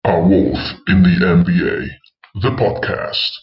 A Wolf in the NBA, the podcast.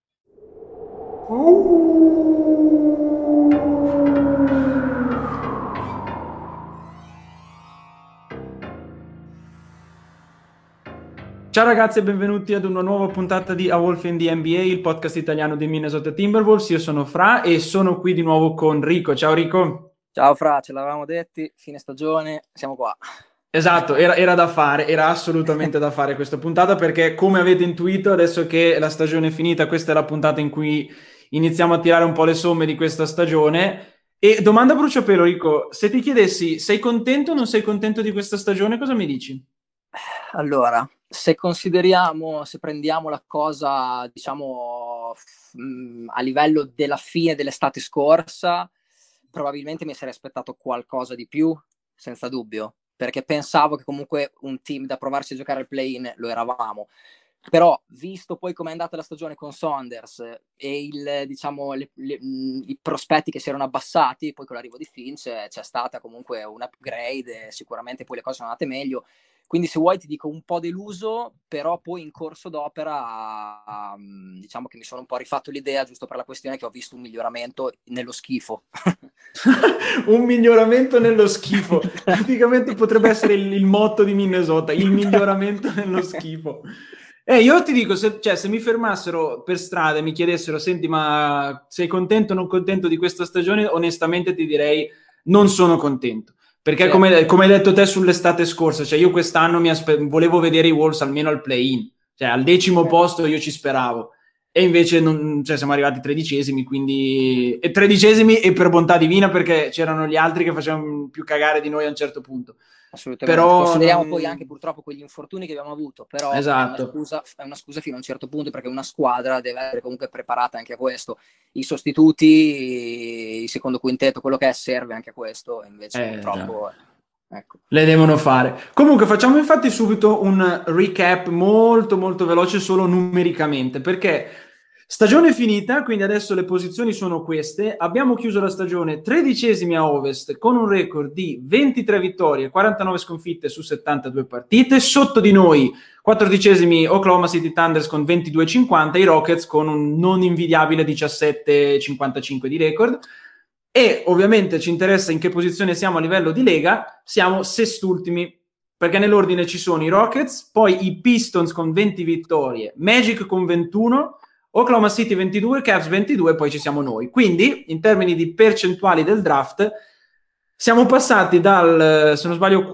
Ciao ragazzi e benvenuti ad una nuova puntata di A Wolf in the NBA, il podcast italiano dei Minnesota Timberwolves. Io sono Fra e sono qui di nuovo con Rico. Ciao Rico. Ciao Fra, ce l'avevamo detti, fine stagione, siamo qua. Esatto, era da fare, era assolutamente da fare questa puntata perché come avete intuito adesso che la stagione è finita, questa è la puntata in cui iniziamo a tirare un po' le somme di questa stagione. E domanda a bruciapelo Rico, se ti chiedessi sei contento o non sei contento di questa stagione, cosa mi dici? Allora, se prendiamo la cosa, diciamo, a livello della fine dell'estate scorsa, probabilmente mi sarei aspettato qualcosa di più, senza dubbio, perché pensavo che comunque un team da provarsi a giocare al play-in lo eravamo. Però, visto poi com'è andata la stagione con Saunders e i prospetti che si erano abbassati, poi con l'arrivo di Finch c'è stata comunque un upgrade, sicuramente poi le cose sono andate meglio. Quindi se vuoi ti dico un po' deluso, però poi in corso d'opera diciamo che mi sono un po' rifatto l'idea, giusto per la questione che ho visto un miglioramento nello schifo. Un miglioramento nello schifo. Praticamente potrebbe essere il motto di Minnesota, il miglioramento nello schifo. Io ti dico, se mi fermassero per strada e mi chiedessero, senti, ma sei contento o non contento di questa stagione? Onestamente ti direi, non sono contento. Perché Sì. come hai detto te sull'estate scorsa, cioè io quest'anno volevo vedere i Wolves almeno al play-in, cioè al 10° posto io ci speravo. E invece cioè, siamo arrivati 13esimi, quindi 13esimi e per bontà divina perché c'erano gli altri che facevano più cagare di noi a un certo punto. Assolutamente. Però Consideriamo poi anche purtroppo quegli infortuni che abbiamo avuto, però esatto. è una scusa fino a un certo punto perché una squadra deve essere comunque preparata anche a questo. I sostituti, il secondo quintetto, quello che è, serve anche a questo, e invece Già. purtroppo ecco. Le devono fare. Comunque facciamo infatti subito un recap molto molto veloce solo numericamente, perché stagione finita, quindi adesso le posizioni sono queste. Abbiamo chiuso la stagione 13esimi a Ovest con un record di 23 vittorie, 49 sconfitte su 72 partite. Sotto di noi 14esimi Oklahoma City Thunders con 22,50, i Rockets con un non invidiabile 17,55 di record. E ovviamente ci interessa in che posizione siamo a livello di lega, siamo sest'ultimi, perché nell'ordine ci sono i Rockets, poi i Pistons con 20 vittorie, Magic con 21, Oklahoma City 22, Cavs 22 e poi ci siamo noi. Quindi, in termini di percentuali del draft, siamo passati dal, se non sbaglio,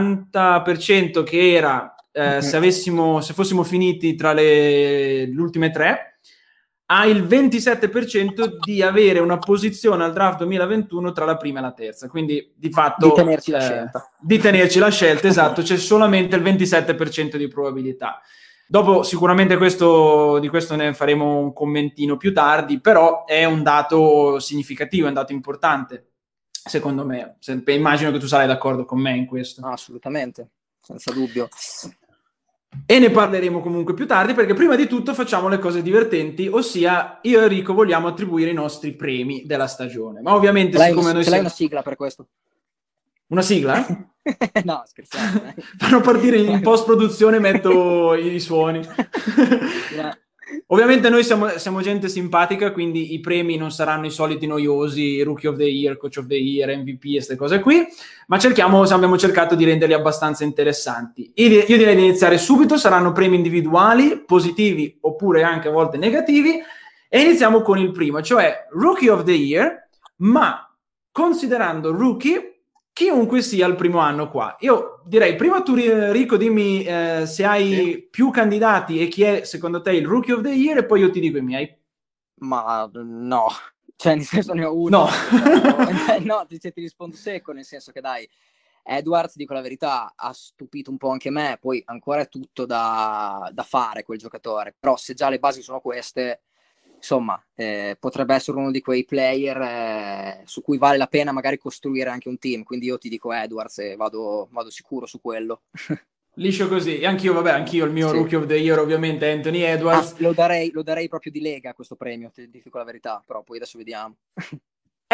40% che era se fossimo finiti tra le ultime tre, ha il 27% di avere una posizione al draft 2021 tra la prima e la terza, quindi di Di fatto tenerci la scelta. di tenerci la scelta, esatto, c'è solamente il 27% di probabilità. Dopo sicuramente di questo ne faremo un commentino più tardi, però è un dato significativo, è un dato importante, secondo me. Immagino che tu sarai d'accordo con me in questo. Assolutamente, senza dubbio. E ne parleremo comunque più tardi perché prima di tutto facciamo le cose divertenti, ossia io e Enrico vogliamo attribuire i nostri premi della stagione. Ma ovviamente siccome noi Ce l'hai siamo... una sigla per questo? Una sigla? No, scherzando. Fanno partire in post-produzione, metto i suoni. Ovviamente noi siamo gente simpatica, quindi i premi non saranno i soliti noiosi, Rookie of the Year, Coach of the Year, MVP e queste cose qui, ma abbiamo cercato di renderli abbastanza interessanti. Io direi di iniziare subito, saranno premi individuali, positivi oppure anche a volte negativi, e iniziamo con il primo, cioè Rookie of the Year, ma considerando rookie chiunque sia il primo anno qua. Io direi, prima tu Rico dimmi se hai più candidati e chi è secondo te il Rookie of the Year e poi io ti dico i miei. Ma no, cioè nel senso ne ho uno, No. ma quello... no, ti rispondo secco, nel senso che dai, Edwards, dico la verità, ha stupito un po' anche me, poi ancora è tutto da fare quel giocatore, però se già le basi sono queste, insomma, potrebbe essere uno di quei player su cui vale la pena magari costruire anche un team, quindi io ti dico Edwards e vado sicuro su quello. Liscio così. E anch'io il mio Sì. Rookie of the Year ovviamente è Anthony Edwards. Anzi, lo darei proprio di lega questo premio, ti dico la verità, però poi adesso vediamo.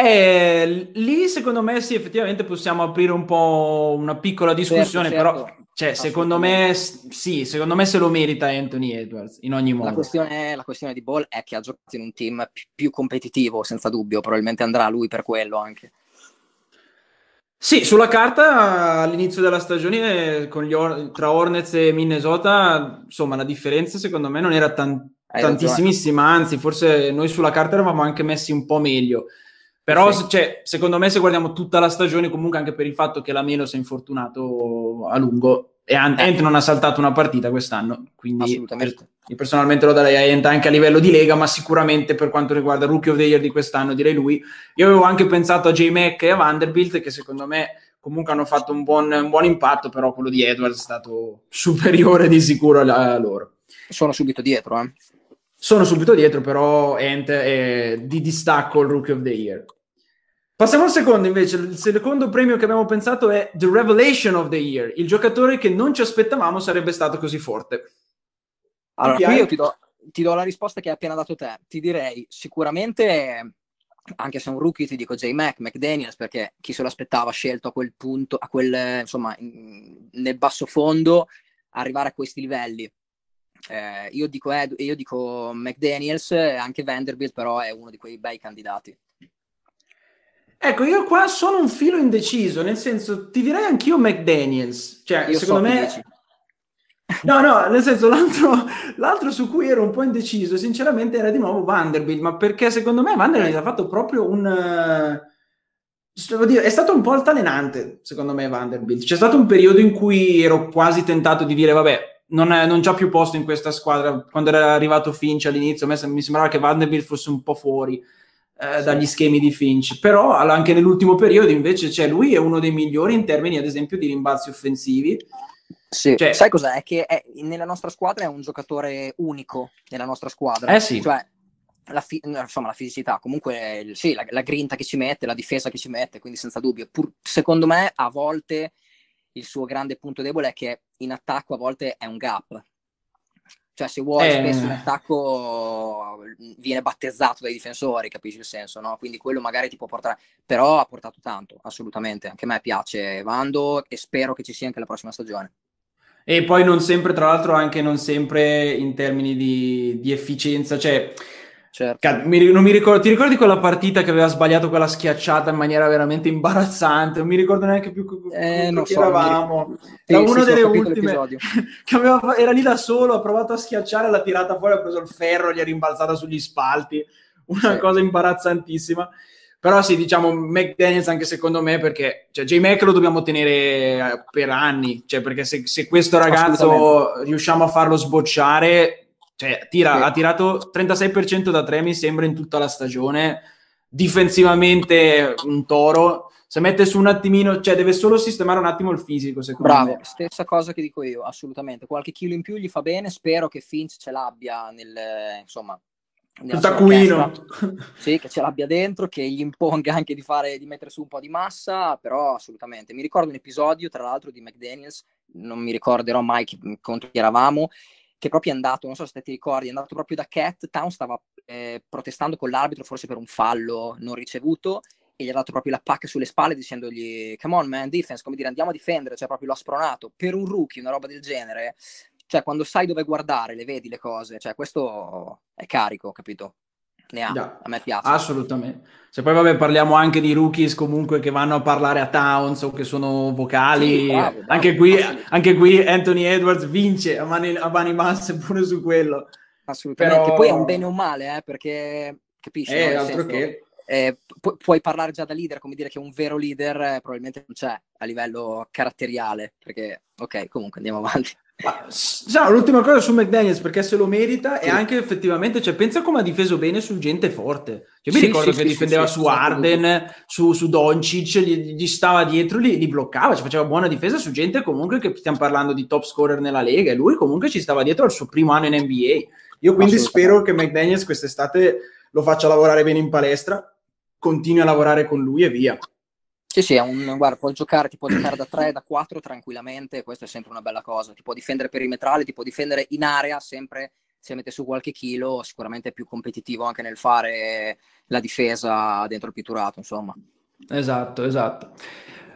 E lì secondo me sì, effettivamente possiamo aprire un po' una piccola discussione, Certo, però Cioè, secondo me, sì, secondo me se lo merita Anthony Edwards, in ogni modo. La questione di Ball è che ha giocato in un team più competitivo, senza dubbio, probabilmente andrà lui per quello anche. Sì, sulla carta all'inizio della stagione tra Hornets e Minnesota, insomma, la differenza secondo me non era Hai ragione. tantissimissima, anzi, forse noi sulla carta eravamo anche messi un po' meglio. Sì, Però, sì, cioè, secondo me, se guardiamo tutta la stagione, comunque anche per il fatto che la Melo si è infortunato a lungo e Ant non ha saltato una partita quest'anno, quindi assolutamente. io personalmente lo darei a Ant anche a livello di Lega, ma sicuramente per quanto riguarda Rookie of the Year di quest'anno, direi lui. Io avevo anche pensato a J-Mac e a Vanderbilt, che secondo me comunque hanno fatto un buon impatto, però quello di Edwards è stato superiore di sicuro a loro. Sono subito dietro, eh. Sono subito dietro, però Ant è di distacco il Rookie of the Year. Passiamo al secondo invece. Il secondo premio che abbiamo pensato è The Revelation of the Year, il giocatore che non ci aspettavamo sarebbe stato così forte. Allora, qui io ti do la risposta che hai appena dato te. Ti direi sicuramente, anche se è un rookie, ti dico J-Mac, McDaniels, perché chi se lo aspettava scelto a quel punto, insomma, nel basso fondo, arrivare a questi livelli. Io dico McDaniels, anche Vanderbilt, però è uno di quei bei candidati. Ecco, io qua sono un filo indeciso, nel senso, ti direi anch'io McDaniels. Cioè, Io so secondo chi me... dici. No, nel senso, l'altro su cui ero un po' indeciso, sinceramente, era di nuovo Vanderbilt, ma perché secondo me Vanderbilt Okay. ha fatto proprio devo dire, è stato un po' altalenante, secondo me, Vanderbilt. C'è stato un periodo in cui ero quasi tentato di dire, vabbè, non c'ha più posto in questa squadra. Quando era arrivato Finch all'inizio, mi sembrava che Vanderbilt fosse un po' fuori Sì. dagli schemi di Finch. Però anche nell'ultimo periodo, invece, lui è uno dei migliori in termini, ad esempio, di rimbalzi offensivi. Sì, sai Cioè, cos'è? È che nella nostra squadra è un giocatore unico nella nostra squadra, sì. cioè insomma la fisicità, comunque sì, la grinta che ci mette, la difesa che ci mette, quindi senza dubbio. Secondo me a volte il suo grande punto debole è che in attacco a volte è un gap. Cioè se vuoi spesso in attacco viene battezzato dai difensori, capisci il senso, no? Quindi quello magari ti può portare, però ha portato tanto, assolutamente. Anche a me piace Vando e spero che ci sia anche la prossima stagione. E poi non sempre, tra l'altro, anche non sempre in termini di efficienza. Cioè, Certo. non mi ricordo, ti ricordi quella partita che aveva sbagliato quella schiacciata in maniera veramente imbarazzante? Non mi ricordo neanche più contro Non chi so, non mi eravamo. ricordo. Era Sì, sì, una sì, ho delle capito ultime l'episodio. che era lì da solo, ha provato a schiacciare, l'ha tirata fuori, ha preso il ferro, gli è rimbalzata sugli spalti. Una Sì. cosa imbarazzantissima. Però sì, diciamo McDaniels anche secondo me, perché cioè, J-Mac lo dobbiamo tenere per anni, cioè, perché se questo Assolutamente. ragazzo riusciamo a farlo sbocciare, cioè, Sì. ha tirato 36% da 3 mi sembra in tutta la stagione, difensivamente un toro, se mette su un attimino, cioè deve solo sistemare un attimo il fisico secondo Bravo, me. stessa cosa che dico io, assolutamente. Qualche chilo in più gli fa bene, spero che Finch ce l'abbia insomma, Il nella sua orchestra. taccuino. Sì, che ce l'abbia dentro, che gli imponga anche di mettere su un po' di massa, però assolutamente. Mi ricordo un episodio, tra l'altro, di McDaniels, non mi ricorderò mai contro chi eravamo, che proprio è andato, non so se te ti ricordi, è andato proprio da Cat, Town stava protestando con l'arbitro forse per un fallo non ricevuto, e gli ha dato proprio la pacca sulle spalle dicendogli come on man, defense, come dire andiamo a difendere, cioè proprio l'ha spronato. Per un rookie una roba del genere, cioè quando sai dove guardare, le vedi le cose, cioè questo è carico, capito? Yeah, A me piace. assolutamente. Se poi vabbè parliamo anche di rookies comunque che vanno a parlare a Towns o che sono Sì, vocali, bravo, bravo, anche qui Anthony Edwards vince a mani basse pure su quello. assolutamente, che poi è un Però, bene o male, perché capisci, no? Nel altro senso, che... puoi parlare già da leader, come dire che un vero leader probabilmente non c'è a livello caratteriale, perché ok, comunque andiamo avanti. L'ultima cosa su McDaniels perché se lo merita e Sì, anche effettivamente, cioè, pensa come ha difeso bene su gente forte. Cioè, mi sì, ricordo sì, che sì, sì, difendeva sì, su senza dubbio. Arden, su Doncic, gli stava dietro, li bloccava, ci faceva buona difesa su gente comunque che stiamo parlando di top scorer nella Lega e lui comunque ci stava dietro al suo primo anno in NBA. Io quindi spero Assolutamente. che McDaniels quest'estate lo faccia lavorare bene in palestra, continui a lavorare con lui e via. Sì, sì, guarda, ti può giocare da 3, da 4 tranquillamente, questa è sempre una bella cosa. Ti può difendere perimetrale, ti può difendere in area, sempre se mette su qualche chilo, sicuramente è più competitivo anche nel fare la difesa dentro il pitturato, insomma. Esatto, esatto.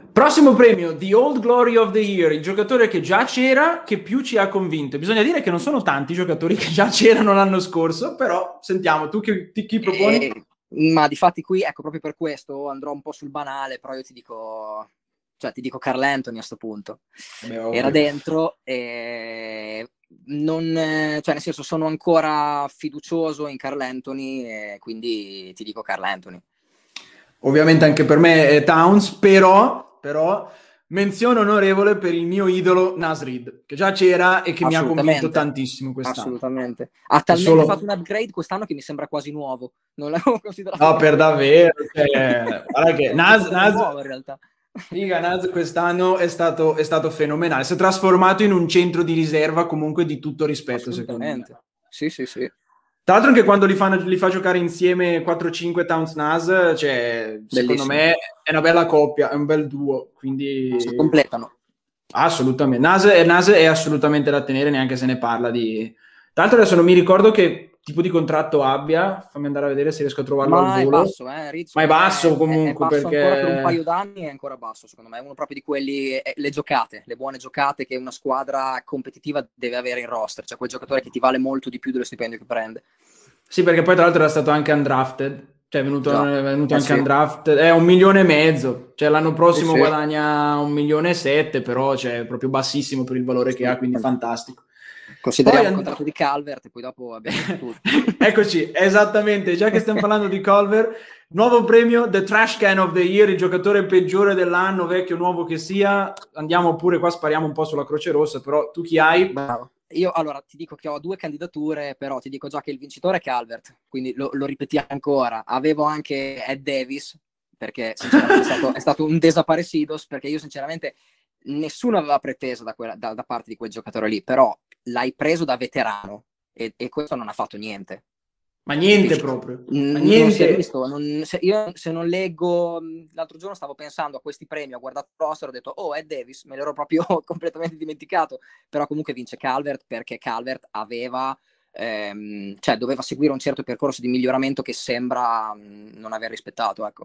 Prossimo premio, The Old Glory of the Year, il giocatore che già c'era, che più ci ha convinto. Bisogna dire che non sono tanti i giocatori che già c'erano l'anno scorso, però sentiamo, tu chi proponi? Ma di fatti qui, ecco, proprio per questo andrò un po' sul banale, però io ti dico Carl Anthony a sto punto. Beh, Era dentro e cioè nel senso sono ancora fiducioso in Carl Anthony e quindi ti dico Carl Anthony. Ovviamente anche per me è Towns, però menzione onorevole per il mio idolo Nas Reed, che già c'era e che mi ha convinto tantissimo quest'anno. Assolutamente. Ha talmente fatto un upgrade quest'anno che mi sembra quasi nuovo. Non l'avevo considerato. No, per davvero. Guarda che Nas nuovo in realtà. Figa, Naz quest'anno è stato fenomenale. Si è trasformato in un centro di riserva comunque di tutto rispetto, secondo me. Sì, sì, sì. Tra l'altro anche quando li fa giocare insieme 4-5 Towns Nas, cioè, secondo me è una bella coppia, è un bel duo, quindi si completano. Assolutamente. Nas è assolutamente da tenere, neanche se ne parla di... Tra l'altro adesso non mi ricordo che tipo di contratto abbia, fammi andare a vedere se riesco a trovarlo al volo. È basso, Rizzo, ma è basso comunque, è basso perché... ancora per un paio d'anni, è ancora basso, secondo me. È uno proprio di quelli, le buone giocate che una squadra competitiva deve avere in roster, cioè quel giocatore che ti vale molto di più dello stipendio che prende. Sì, perché poi tra l'altro era stato anche undrafted, cioè è venuto anche undrafted, è 1,5 milioni, cioè l'anno prossimo guadagna 1,7 milioni, però cioè, è proprio bassissimo per il valore che ha, quindi fantastico. Consideriamo il contratto di Calvert e poi dopo abbiamo tutto. Eccoci, esattamente, già che stiamo parlando di Calvert, nuovo premio, The Trash Can of the Year, il giocatore peggiore dell'anno, vecchio o nuovo che sia. Andiamo pure qua, spariamo un po' sulla Croce Rossa, però tu chi hai? Bravo. Io allora ti dico che ho 2 candidature, però ti dico già che il vincitore è Calvert, quindi lo ripetiamo ancora. Avevo anche Ed Davis, perché sinceramente è stato un desaparecidos, perché io sinceramente nessuno aveva pretesa da parte di quel giocatore lì, però l'hai preso da veterano e questo non ha fatto niente. Ma niente proprio. Ma niente. Non si è visto. Io se non leggo, l'altro giorno stavo pensando a questi premi, ho guardato il roster, ho detto Ed Davis, me l'ero proprio completamente dimenticato, però comunque vince Calvert perché Calvert aveva, cioè doveva seguire un certo percorso di miglioramento che sembra non aver rispettato, ecco.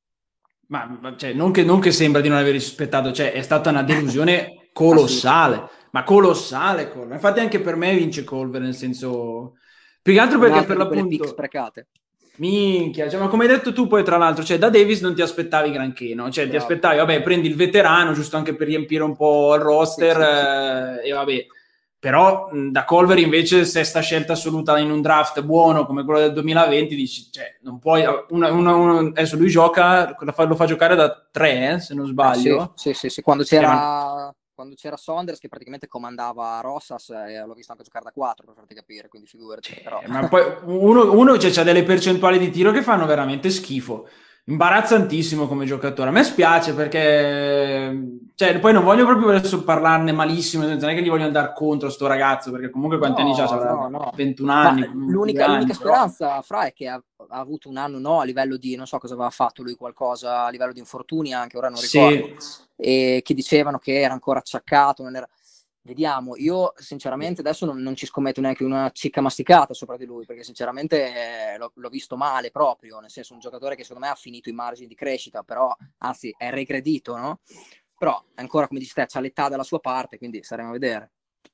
Ma cioè, non che sembra di non aver rispettato, cioè è stata una delusione colossale, ma colossale. Infatti anche per me vince Culver, nel senso... Più che altro perché per l'appunto... sprecate. Minchia, cioè, ma come hai detto tu poi tra l'altro, cioè da Davis non ti aspettavi granché, no? Cioè ti aspettavi, vabbè, prendi il veterano, giusto anche per riempire un po' il roster, sì. E vabbè. Però da Culver invece sesta scelta assoluta in un draft buono come quello del 2020, dici, cioè, non puoi... adesso lui gioca, lo fa giocare da 3, se non sbaglio. Sì. Quando c'era Saunders che praticamente comandava Rossas, l'ho visto anche giocare da 4 per farti capire, quindi figurati. Però. Ma poi uno cioè, c'ha delle percentuali di tiro che fanno veramente schifo. Imbarazzantissimo come giocatore. A me spiace perché cioè, poi non voglio proprio adesso parlarne malissimo, non è che gli voglio andare contro sto ragazzo, perché comunque quanti anni c'ha? Avrà 21 anni. L'unica speranza, Fra, è che ha avuto un anno a livello di, non so cosa aveva fatto lui, qualcosa a livello di infortuni anche, ora non ricordo. E che dicevano che era ancora acciaccato, non era... Vediamo, io sinceramente adesso non ci scommetto neanche una cicca masticata sopra di lui, perché sinceramente l'ho visto male proprio, nel senso un giocatore che secondo me ha finito i margini di crescita, però anzi è regredito, no? Però ancora come dici te, c'ha l'età dalla sua parte, quindi staremo a vedere.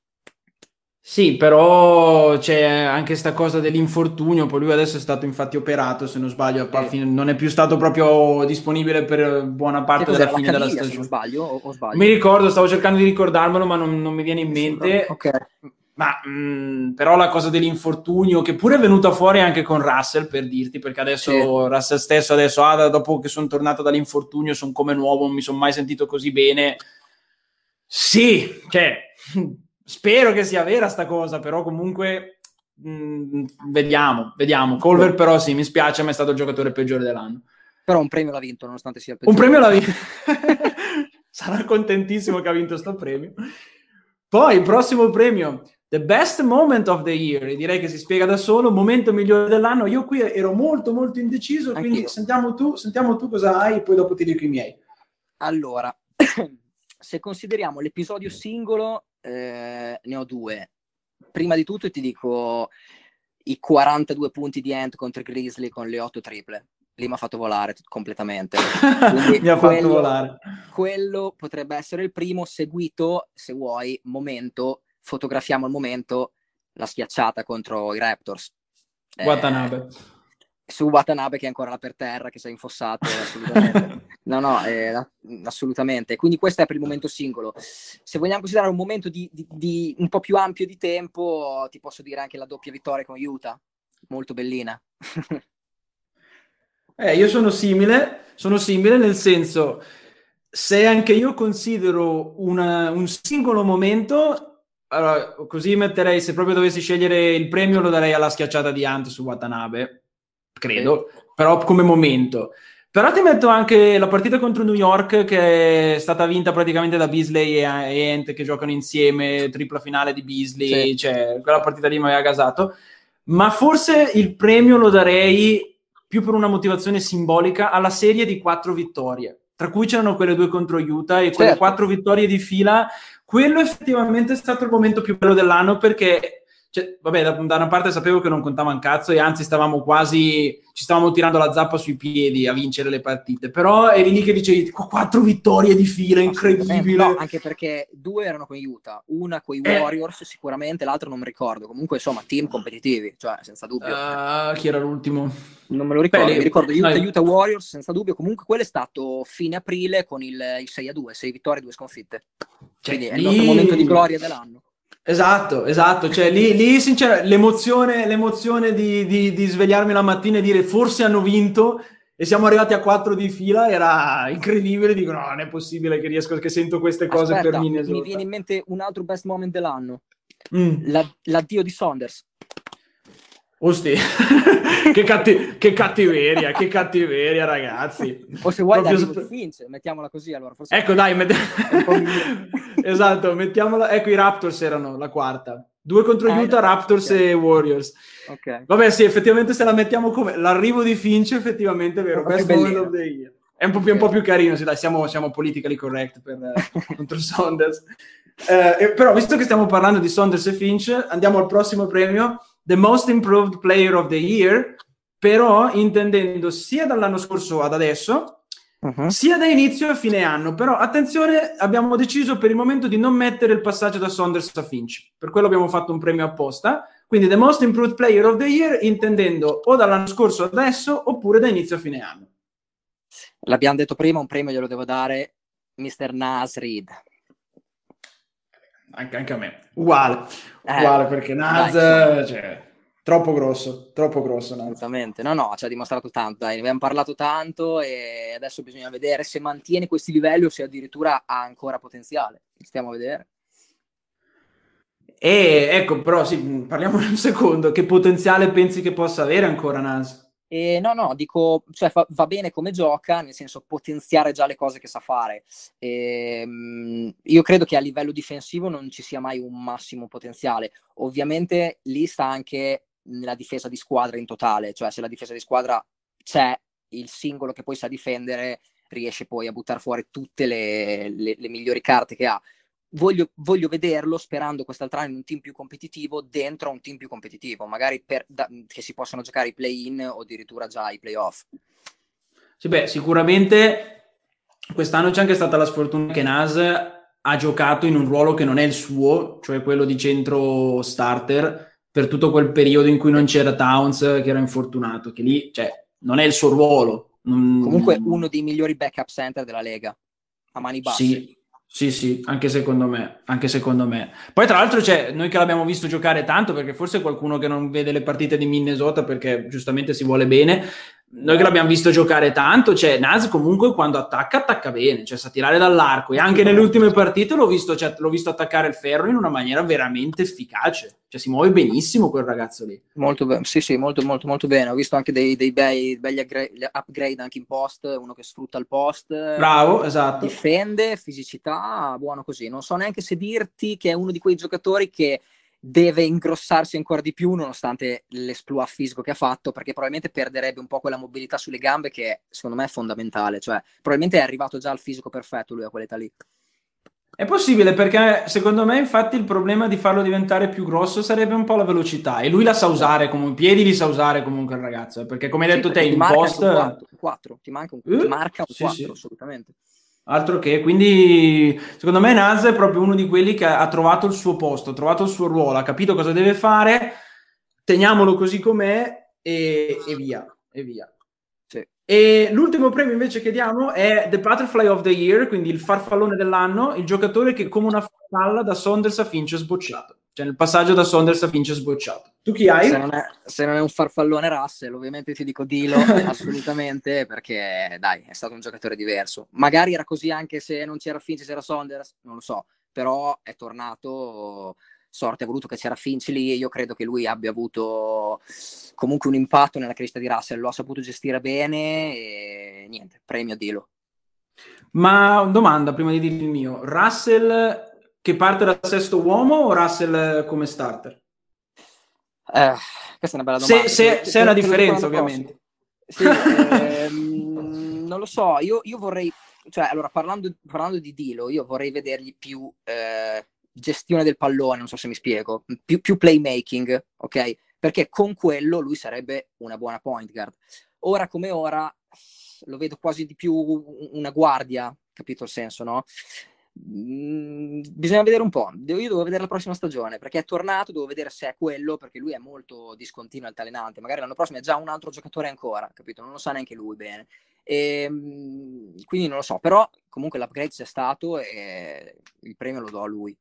Sì, però c'è anche sta cosa dell'infortunio, poi lui adesso è stato infatti operato, se non sbaglio, non è più stato proprio disponibile per buona parte della fine della stagione. Se non sbaglio, o sbaglio? Mi ricordo, stavo cercando di ricordarmelo, ma non mi viene in mente. Okay. Ma però la cosa dell'infortunio, che pure è venuta fuori anche con Russell, per dirti, perché adesso Russell stesso, dopo che sono tornato dall'infortunio, sono come nuovo, non mi sono mai sentito così bene. Sì, cioè, spero che sia vera sta cosa, però comunque vediamo. Culver però sì, mi spiace, ma è stato il giocatore peggiore dell'anno. Però un premio l'ha vinto, nonostante sia il peggiore. Un premio l'ha vinto. Sarà contentissimo che ha vinto sto premio. Poi, il prossimo premio, The Best Moment of the Year, direi che si spiega da solo, momento migliore dell'anno. Io qui ero molto molto indeciso, quindi sentiamo tu cosa hai, poi dopo ti dico i miei. Allora, se consideriamo l'episodio singolo, ne ho 2. Prima di tutto ti dico i 42 punti di Ant contro i Grizzly con le 8 triple. lì mi ha fatto volare completamente. Mi ha fatto volare. Quello potrebbe essere il primo, seguito, se vuoi, fotografiamo al momento la schiacciata contro i Raptors. Watanabe. Su Watanabe che è ancora là per terra, che si è infossato, assolutamente. No, assolutamente. Quindi questo è per il momento singolo. Se vogliamo considerare un momento di un po' più ampio di tempo, ti posso dire anche la doppia vittoria con Utah, molto bellina. Io sono simile nel senso, se anche io considero un singolo momento, allora, così metterei, se proprio dovessi scegliere il premio, lo darei alla schiacciata di Ant su Watanabe, credo, però come momento. Però ti metto anche la partita contro New York, che è stata vinta praticamente da Beasley e Ant, che giocano insieme, tripla finale di Beasley, cioè quella partita lì mi aveva gasato. Ma forse il premio lo darei più per una motivazione simbolica alla serie di 4 vittorie, tra cui c'erano quelle 2 contro Utah e quelle 4 vittorie di fila. Quello effettivamente è stato il momento più bello dell'anno, perché vabbè, da una parte sapevo che non contava un cazzo e anzi ci stavamo tirando la zappa sui piedi a vincere le partite, però eri lì che dicevi 4 vittorie di fila, incredibile. No, anche perché 2 erano con Utah, una con i Warriors sicuramente, l'altro non mi ricordo, comunque insomma team competitivi, cioè senza dubbio. Chi era l'ultimo? Non me lo ricordo, mi ricordo Utah Warriors senza dubbio, comunque quello è stato fine aprile con il 6-2, 6 vittorie, 2 sconfitte, quindi è il nostro momento di gloria dell'anno. Esatto, cioè lì sinceramente l'emozione di svegliarmi la mattina e dire forse hanno vinto e siamo arrivati a 4 di fila era incredibile. Dico no, non è possibile che sento queste cose. Aspetta, per Minnesota. Mi viene in mente un altro best moment dell'anno, l'addio di Saunders. Osti, che cattiveria, ragazzi. O se vuoi l'arrivo di Finch, mettiamola così allora. Forse ecco, dai, esatto, mettiamola. Ecco, i Raptors erano la quarta. 2 contro Utah, Raptors e Warriors. Okay. Vabbè, sì, effettivamente se la mettiamo come l'arrivo di Finch, effettivamente è vero. Best moment of the year. È un po' più carino, sì, dai, siamo politically correct contro Saunders. Però, visto che stiamo parlando di Saunders e Finch, andiamo al prossimo premio. The Most Improved Player of the Year, però intendendo sia dall'anno scorso ad adesso, sia da inizio a fine anno. Però attenzione, abbiamo deciso per il momento di non mettere il passaggio da Saunders a Finch, per quello abbiamo fatto un premio apposta. Quindi The Most Improved Player of the Year intendendo o dall'anno scorso ad adesso oppure da inizio a fine anno. L'abbiamo detto prima, un premio glielo devo dare Mr. Naz Reid. Anche a me, uguale perché Naz, cioè, troppo grosso Naz. Assolutamente, no, ci ha dimostrato tanto, dai, ne abbiamo parlato tanto e adesso bisogna vedere se mantiene questi livelli o se addirittura ha ancora potenziale, stiamo a vedere. E ecco, però sì, parliamo un secondo, che potenziale pensi che possa avere ancora Naz? No, dico, cioè va bene come gioca, nel senso potenziare già le cose che sa fare. Io credo che a livello difensivo non ci sia mai un massimo potenziale. Ovviamente lì sta anche nella difesa di squadra in totale, cioè se la difesa di squadra c'è, il singolo che poi sa difendere riesce poi a buttare fuori tutte le migliori carte che ha. Voglio vederlo, sperando quest'altro anno in un team più competitivo, dentro a un team più competitivo, magari che si possano giocare i play-in o addirittura già i play-off. Sì, beh, sicuramente quest'anno c'è anche stata la sfortuna che Naz ha giocato in un ruolo che non è il suo, cioè quello di centro starter, per tutto quel periodo in cui non c'era Towns, che era infortunato, che lì, cioè, non è il suo ruolo. Comunque uno dei migliori backup center della Lega, a mani basse. Sì, anche secondo me. Poi tra l'altro noi che l'abbiamo visto giocare tanto, perché forse qualcuno che non vede le partite di Minnesota perché giustamente si vuole bene, noi che l'abbiamo visto giocare tanto, Naz comunque quando attacca bene, cioè sa tirare dall'arco, e anche nelle ultime partite l'ho visto attaccare il ferro in una maniera veramente efficace, cioè si muove benissimo quel ragazzo lì. Molto bene, sì, molto bene. Ho visto anche dei begli upgrade anche in post, uno che sfrutta il post. Bravo, esatto. Difende, fisicità, buono così. Non so neanche se dirti che è uno di quei giocatori che deve ingrossarsi ancora di più nonostante l'esploit fisico che ha fatto, perché probabilmente perderebbe un po' quella mobilità sulle gambe che secondo me è fondamentale, cioè probabilmente è arrivato già al fisico perfetto lui a quell'età lì. È possibile perché secondo me infatti il problema di farlo diventare più grosso sarebbe un po' la velocità e lui la sa Esatto. usare comunque, i piedi li sa usare comunque il ragazzo, perché come hai Sì, detto te perché ti in marca post anche un 4, ti marca un sì 4, sì, assolutamente. altro che, quindi secondo me Naz è proprio uno di quelli che ha trovato il suo posto, ha trovato il suo ruolo, ha capito cosa deve fare, teniamolo così com'è e via, e via. Sì. E l'ultimo premio invece che diamo è The Butterfly of the Year, quindi il farfallone dell'anno, il giocatore che come una farfalla da Saunders a Finch è sbocciato, cioè nel passaggio da Saunders a Finch è sbocciato. Tu chi hai? Se non è un farfallone Russell, ovviamente ti dico Dilo, assolutamente, perché dai, è stato un giocatore diverso. Magari era così anche se non c'era Finch, c'era Saunders, non lo so, però è tornato, sorte ha voluto che c'era Finch lì e io credo che lui abbia avuto comunque un impatto nella crescita di Russell, lo ha saputo gestire bene e niente, premio Dilo. Ma domanda prima di dirti il mio, Russell che parte da sesto uomo o Russell come starter? Eh, Questa è una bella Se, domanda, se- se è una te lo dico differenza l'anno prossimo. ovviamente. Sì, non lo so, io vorrei, cioè, allora, parlando di Dilo, io vorrei vedergli più gestione del pallone, non so se mi spiego, più playmaking, ok? Perché con quello lui sarebbe una buona point guard. Ora come ora lo vedo quasi di più una guardia, capito il senso, no? Bisogna vedere un po'. Io devo vedere la prossima stagione perché è tornato. Devo vedere se è quello perché lui è molto discontinuo e altalenante. Magari l'anno prossimo è già un altro giocatore ancora, capito? Non lo sa neanche lui bene. Quindi non lo so, però comunque l'upgrade c'è stato e il premio lo do a lui.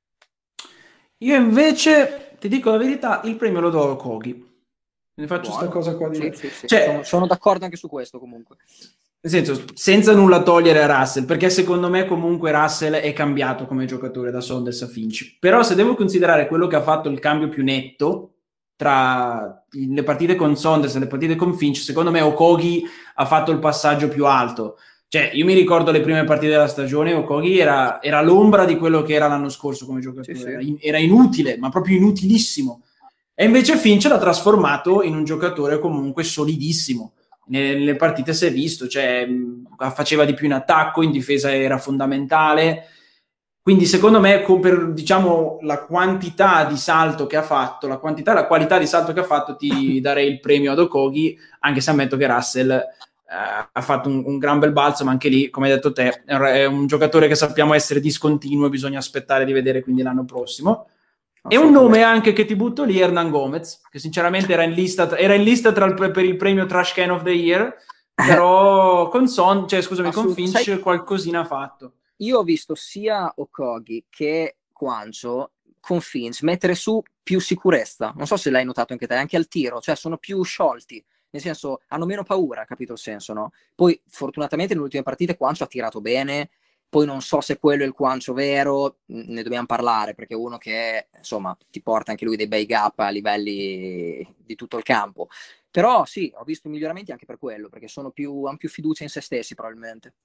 Io invece, ti dico la verità, il premio lo do a Kogi. Ne faccio sta Buono. cosa qua di... Sì, sì, sì. Cioè, Sono d'accordo anche su questo comunque. nel senso, senza nulla togliere a Russell, perché secondo me comunque Russell è cambiato come giocatore da Saunders a Finch. Però se devo considerare quello che ha fatto il cambio più netto tra le partite con Saunders e le partite con Finch, secondo me Okogi ha fatto il passaggio più alto. Cioè, io mi ricordo le prime partite della stagione, Okogi era l'ombra di quello che era l'anno scorso come Sì, giocatore, sì. era inutile, ma proprio inutilissimo. E invece Finch l'ha trasformato in un giocatore comunque solidissimo. Nelle partite si è visto, cioè faceva di più in attacco, in difesa era fondamentale. Quindi secondo me, per diciamo, la quantità di salto che ha fatto, la quantità e la qualità di salto che ha fatto, ti darei il premio ad Okogi, anche se ammetto che Russell ha fatto un gran bel balzo, ma anche lì, come hai detto te, è un giocatore che sappiamo essere discontinuo e bisogna aspettare di vedere quindi l'anno prossimo. E un nome Assolutamente. anche che ti butto lì, Hernan Gomez, che sinceramente era in lista per il premio Trash Can of the Year, però con scusami, con Sai, Finch qualcosina ha fatto. io ho visto sia Okogi che Quancio con Finch mettere su più sicurezza. Non so se l'hai notato anche te, anche al tiro, cioè sono più sciolti, nel senso hanno meno paura, capito il senso, no? Poi fortunatamente nelle ultime partite Quancio ha tirato bene, poi non so se quello è il Quancio vero, ne dobbiamo parlare perché è uno che insomma ti porta anche lui dei bei gap a livelli di tutto il campo. Però sì, ho visto miglioramenti anche per quello, perché hanno più fiducia in se stessi probabilmente.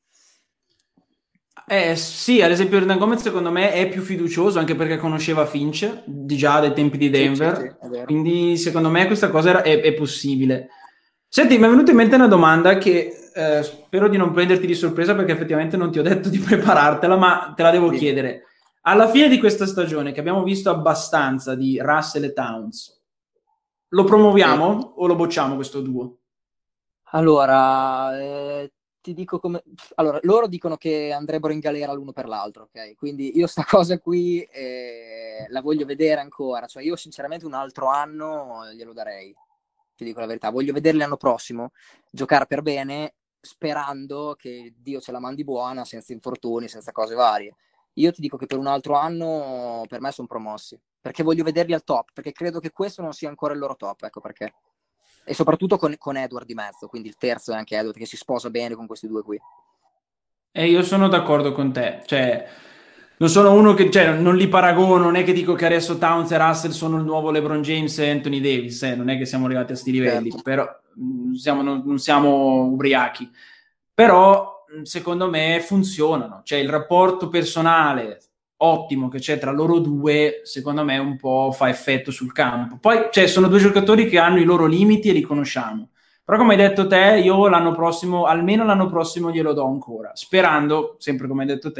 Sì, ad esempio Hernan Gomez secondo me è più fiducioso anche perché conosceva Finch di già dai tempi di Sì, sì, sì, Denver, è vero. quindi secondo me questa cosa è possibile. Senti, mi è venuta in mente una domanda che spero di non prenderti di sorpresa perché effettivamente non ti ho detto di preparartela, ma te la devo Dimmi. chiedere. Alla fine di questa stagione, che abbiamo visto abbastanza di Russell e Towns, lo Sì. promuoviamo o lo bocciamo questo duo? Allora, ti dico come... Allora, loro dicono che andrebbero in galera l'uno per l'altro, ok? Quindi io sta cosa qui la voglio vedere ancora. Cioè, io sinceramente un altro anno glielo darei. Ti dico la verità. Voglio vederli l'anno prossimo giocare per bene, sperando che Dio ce la mandi buona, senza infortuni, senza cose varie. Io ti dico che per un altro anno per me sono promossi. Perché voglio vederli al top, perché credo che questo non sia ancora il loro top, ecco perché. E soprattutto con Edward di mezzo, quindi il terzo è anche Edward che si sposa bene con questi due qui. E io sono d'accordo con te, cioè non sono uno che, cioè, non li paragono, non è che dico che adesso Towns e Russell sono il nuovo LeBron James e Anthony Davis, non è che siamo arrivati a sti livelli, Certo. però non siamo ubriachi, però secondo me funzionano, cioè il rapporto personale ottimo che c'è tra loro due, secondo me un po' fa effetto sul campo. Poi, cioè, sono due giocatori che hanno i loro limiti e li conosciamo. Però come hai detto te, io l'anno prossimo, almeno l'anno prossimo glielo do ancora, sperando, sempre come hai detto te,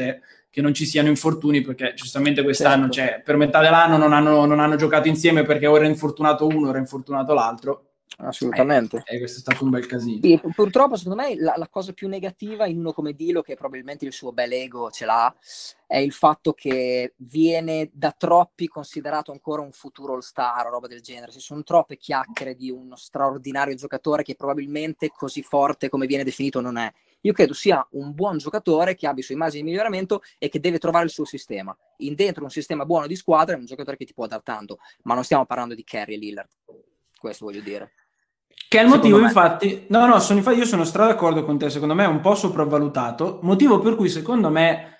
che non ci siano infortuni, perché giustamente quest'anno, Certo. cioè, per metà dell'anno non hanno giocato insieme perché ora è infortunato uno, ora è infortunato l'altro. Assolutamente. E questo è stato un bel casino. Sì, purtroppo secondo me la cosa più negativa in uno come Dilo, che probabilmente il suo bel ego ce l'ha, è il fatto che viene da troppi considerato ancora un futuro all-star o roba del genere. Ci sono troppe chiacchiere di uno straordinario giocatore che probabilmente così forte come viene definito non è. Io credo sia un buon giocatore che abbia i suoi margini di miglioramento e che deve trovare il suo sistema. Dentro un sistema buono di squadra è un giocatore che ti può dar tanto, ma non stiamo parlando di Curry e Lillard. Questo voglio dire. Che è il Secondo motivo, me. infatti, io sono stra d'accordo con te, secondo me è un po' sopravvalutato, motivo per cui secondo me,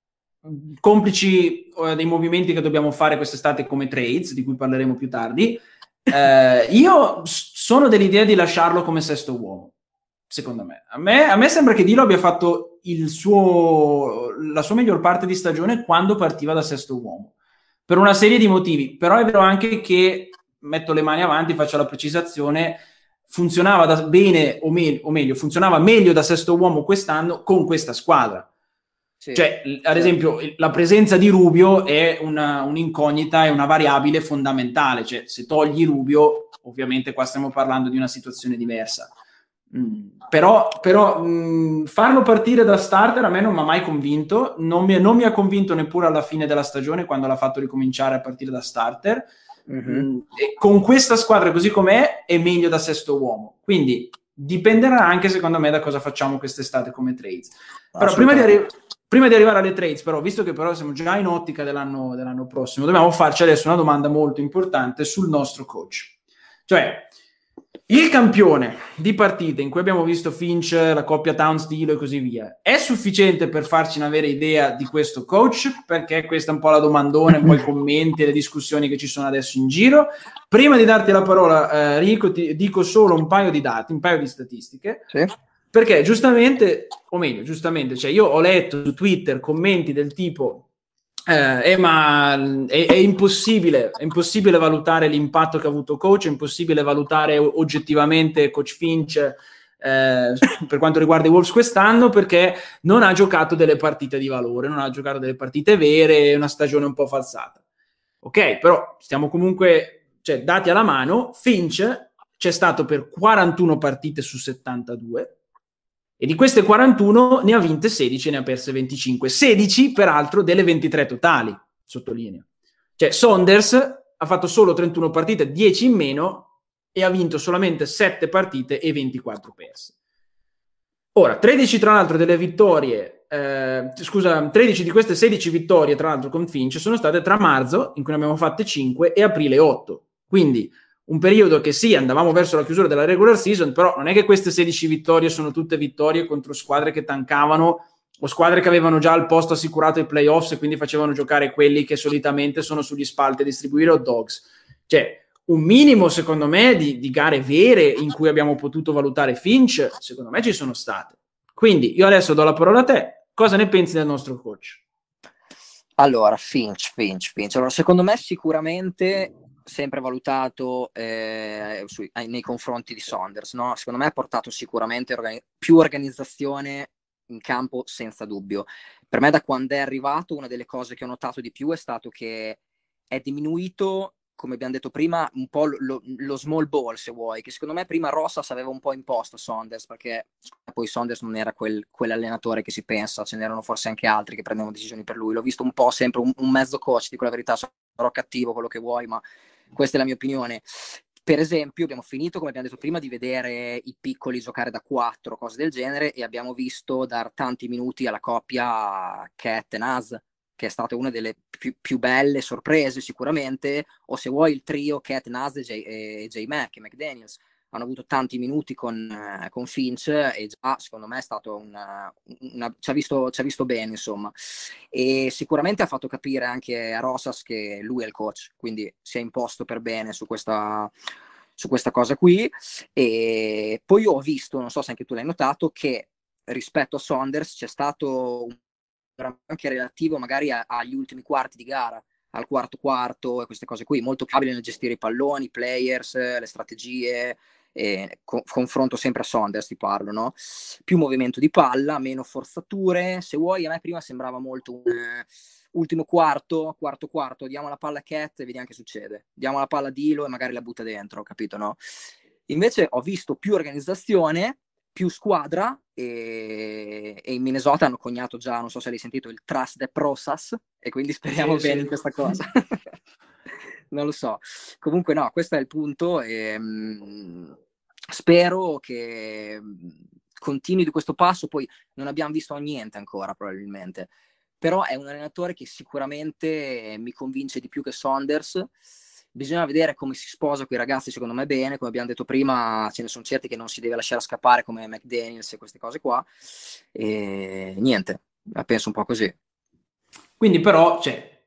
complici dei movimenti che dobbiamo fare quest'estate come trades, di cui parleremo più tardi, io sono dell'idea di lasciarlo come sesto uomo, secondo me. A me sembra che Dilo abbia fatto la sua miglior parte di stagione quando partiva da sesto uomo, per una serie di motivi, però è vero anche che, metto le mani avanti, faccio la precisazione, funzionava bene o meglio, funzionava meglio da sesto uomo quest'anno con questa squadra. Sì, Cioè, ad certo. esempio, la presenza di Rubio è un'incognita, è una variabile fondamentale. Cioè, se togli Rubio, ovviamente qua stiamo parlando di una situazione diversa. Però farlo partire da starter a me non mi ha mai convinto, non mi ha convinto neppure alla fine della stagione quando l'ha fatto ricominciare a partire da starter. E con questa squadra così com'è è meglio da sesto uomo, quindi dipenderà anche secondo me da cosa facciamo quest'estate come trades. Però prima di arrivare alle trades, però, visto che però siamo già in ottica dell'anno prossimo, dobbiamo farci adesso una domanda molto importante sul nostro coach. Cioè, il campione di partite in cui abbiamo visto Finch, la coppia Towns-Dilo e così via, è sufficiente per farci una vera idea di questo coach? Perché questa è un po' la domandona, un po' i commenti e le discussioni che ci sono adesso in giro. Prima di darti la parola, Rico, ti dico solo un paio di dati, un paio di statistiche. Sì. Perché giustamente, cioè io ho letto su Twitter commenti del tipo ma è impossibile valutare l'impatto che ha avuto coach, è impossibile valutare oggettivamente coach Finch per quanto riguarda i Wolves quest'anno, perché non ha giocato delle partite di valore, non ha giocato delle partite vere, è una stagione un po' falsata. Ok, però stiamo comunque, cioè, dati alla mano, Finch c'è stato per 41 partite su 72 e di queste 41 ne ha vinte 16 e ne ha perse 25. 16 peraltro delle 23 totali, sottolineo. Cioè Saunders ha fatto solo 31 partite, 10 in meno, e ha vinto solamente 7 partite e 24 perse. Ora, 13 tra l'altro delle vittorie, 13 di queste 16 vittorie tra l'altro con Finch sono state tra marzo, in cui ne abbiamo fatte 5, e aprile 8. Quindi un periodo che sì, andavamo verso la chiusura della regular season, però non è che queste 16 vittorie sono tutte vittorie contro squadre che tankavano o squadre che avevano già il posto assicurato ai playoffs e quindi facevano giocare quelli che solitamente sono sugli spalti a distribuire hot dogs. Cioè, un minimo, secondo me, di gare vere in cui abbiamo potuto valutare Finch, secondo me ci sono state. Quindi io adesso do la parola a te. Cosa ne pensi del nostro coach? Allora, Finch. Allora, secondo me sicuramente sempre valutato nei confronti di Saunders, no? Secondo me ha portato sicuramente più organizzazione in campo, senza dubbio. Per me, da quando è arrivato, una delle cose che ho notato di più è stato che è diminuito, come abbiamo detto prima, un po' lo small ball, se vuoi, che secondo me prima Rosas aveva un po' imposto Saunders, perché poi Saunders non era quell'allenatore che si pensa, ce n'erano forse anche altri che prendevano decisioni per lui. L'ho visto un po' sempre un mezzo coach, dico la verità, sarò cattivo, quello che vuoi, ma questa è la mia opinione. Per esempio, abbiamo finito, come abbiamo detto prima, di vedere i piccoli giocare da 4, cose del genere, e abbiamo visto dar tanti minuti alla coppia Cat e Naz, che è stata una delle più belle sorprese sicuramente, o se vuoi il trio Cat, Naz e J-Mac e McDaniels. Hanno avuto tanti minuti con Finch e già secondo me è stato ci ha visto bene, insomma, e sicuramente ha fatto capire anche a Rosas che lui è il coach, quindi si è imposto per bene su questa cosa qui. E poi io ho visto, non so se anche tu l'hai notato, che rispetto a Saunders c'è stato anche relativo magari agli ultimi quarti di gara, al quarto e queste cose qui, molto più abile nel gestire i palloni, i players, le strategie, confronto sempre a Saunders ti parlo, no? Più movimento di palla, meno forzature, se vuoi. A me prima sembrava molto un ultimo quarto, diamo la palla a Cat e vediamo che succede, diamo la palla a Dilo e magari la butta dentro, capito, no? Invece ho visto più organizzazione, più squadra, e in Minnesota hanno coniato già, non so se l'hai sentito, il Trust the Process, e quindi speriamo bene in questa cosa. Non lo so. Comunque no, questo è il punto, e spero che continui di questo passo. Poi non abbiamo visto niente ancora probabilmente, però è un allenatore che sicuramente mi convince di più che Saunders. Bisogna vedere come si sposa con i ragazzi, secondo me bene, come abbiamo detto prima, ce ne sono certi che non si deve lasciare scappare come McDaniels e queste cose qua, e niente, la penso un po' così. Quindi però,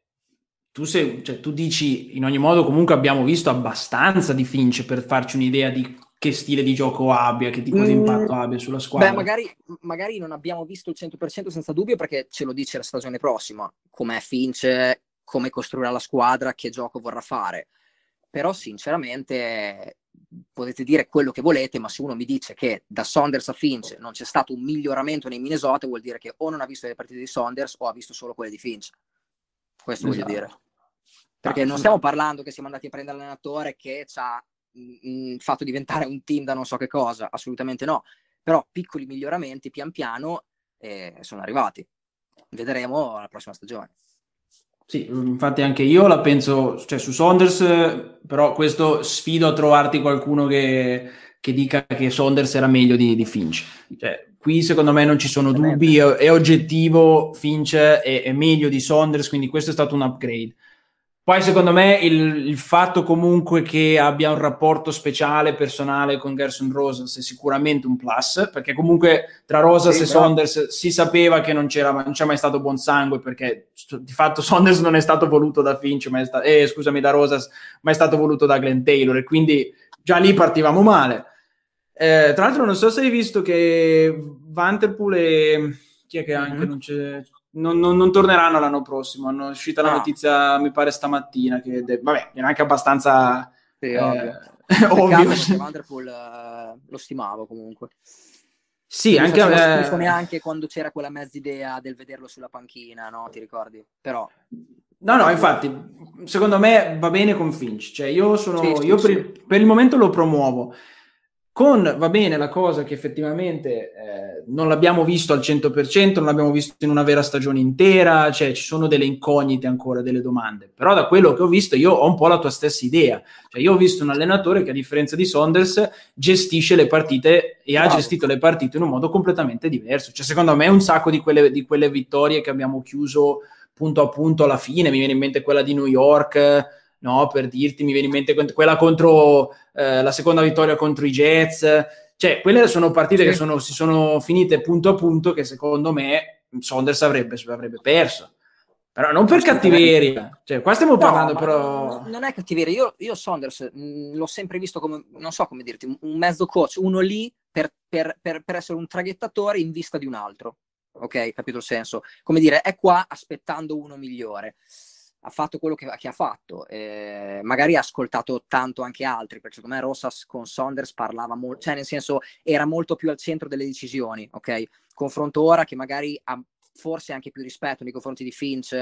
tu dici, in ogni modo comunque abbiamo visto abbastanza di Finch per farci un'idea di che stile di gioco abbia, che tipo di impatto abbia sulla squadra. Beh, magari non abbiamo visto il 100% senza dubbio, perché ce lo dice la stagione prossima, com'è Finch, come costruirà la squadra, che gioco vorrà fare. Però sinceramente potete dire quello che volete, ma se uno mi dice che da Saunders a Finch non c'è stato un miglioramento nei Minnesota, vuol dire che o non ha visto le partite di Saunders o ha visto solo quelle di Finch. Questo voglio dire. Perché non stiamo parlando che siamo andati a prendere l'allenatore che ci ha fatto diventare un team da non so che cosa, assolutamente no. Però piccoli miglioramenti pian piano sono arrivati. Vedremo la prossima stagione. Sì, infatti anche io la penso, cioè su Saunders, però questo sfido a trovarti qualcuno che dica che Saunders era meglio di Finch. Cioè, qui secondo me non ci sono dubbi, è oggettivo, Finch è meglio di Saunders, quindi questo è stato un upgrade. Poi secondo me il fatto comunque che abbia un rapporto speciale, personale con Gerson Rosas è sicuramente un plus, perché comunque tra Rosas e Saunders si sapeva che non c'è mai stato buon sangue, perché di fatto Saunders non è stato voluto da Finch, da Rosas, ma è stato voluto da Glenn Taylor, e quindi già lì partivamo male. Tra l'altro non so se hai visto che Vanterpool e chi è che anche non c'è... Non torneranno l'anno prossimo. Hanno uscita la notizia, mi pare stamattina, che vabbè, è anche abbastanza ovvio. Perché Vanderpool lo stimavo comunque. Sì, non anche facevo schifo neanche quando c'era quella mezz'idea del vederlo sulla panchina, no? Ti ricordi? Però no, infatti, secondo me va bene con Finch. Cioè, io sì. per il momento lo promuovo. Va bene la cosa che effettivamente non l'abbiamo visto al 100%, non l'abbiamo visto in una vera stagione intera, cioè ci sono delle incognite ancora, delle domande. Però da quello che ho visto io ho un po' la tua stessa idea. Cioè io ho visto un allenatore che a differenza di Saunders gestisce le partite e ha gestito le partite in un modo completamente diverso. Cioè secondo me un sacco di quelle vittorie che abbiamo chiuso punto a punto alla fine, mi viene in mente quella di New York, no, per dirti, mi viene in mente quella contro la seconda vittoria contro i Jets, cioè quelle sono partite che si sono finite punto a punto, che secondo me Saunders avrebbe perso, però non per cattiveria, cioè qua stiamo parlando però... non è cattiveria. Io Saunders l'ho sempre visto come, non so come dirti, un mezzo coach, uno lì per essere un traghettatore in vista di un altro, ok? Capito il senso? Come dire, è qua aspettando uno migliore. Ha fatto quello che ha fatto, magari ha ascoltato tanto anche altri, perché secondo me Rosas con Saunders parlava molto, cioè nel senso era molto più al centro delle decisioni, ok? Confronto ora che magari ha forse anche più rispetto nei confronti di Finch,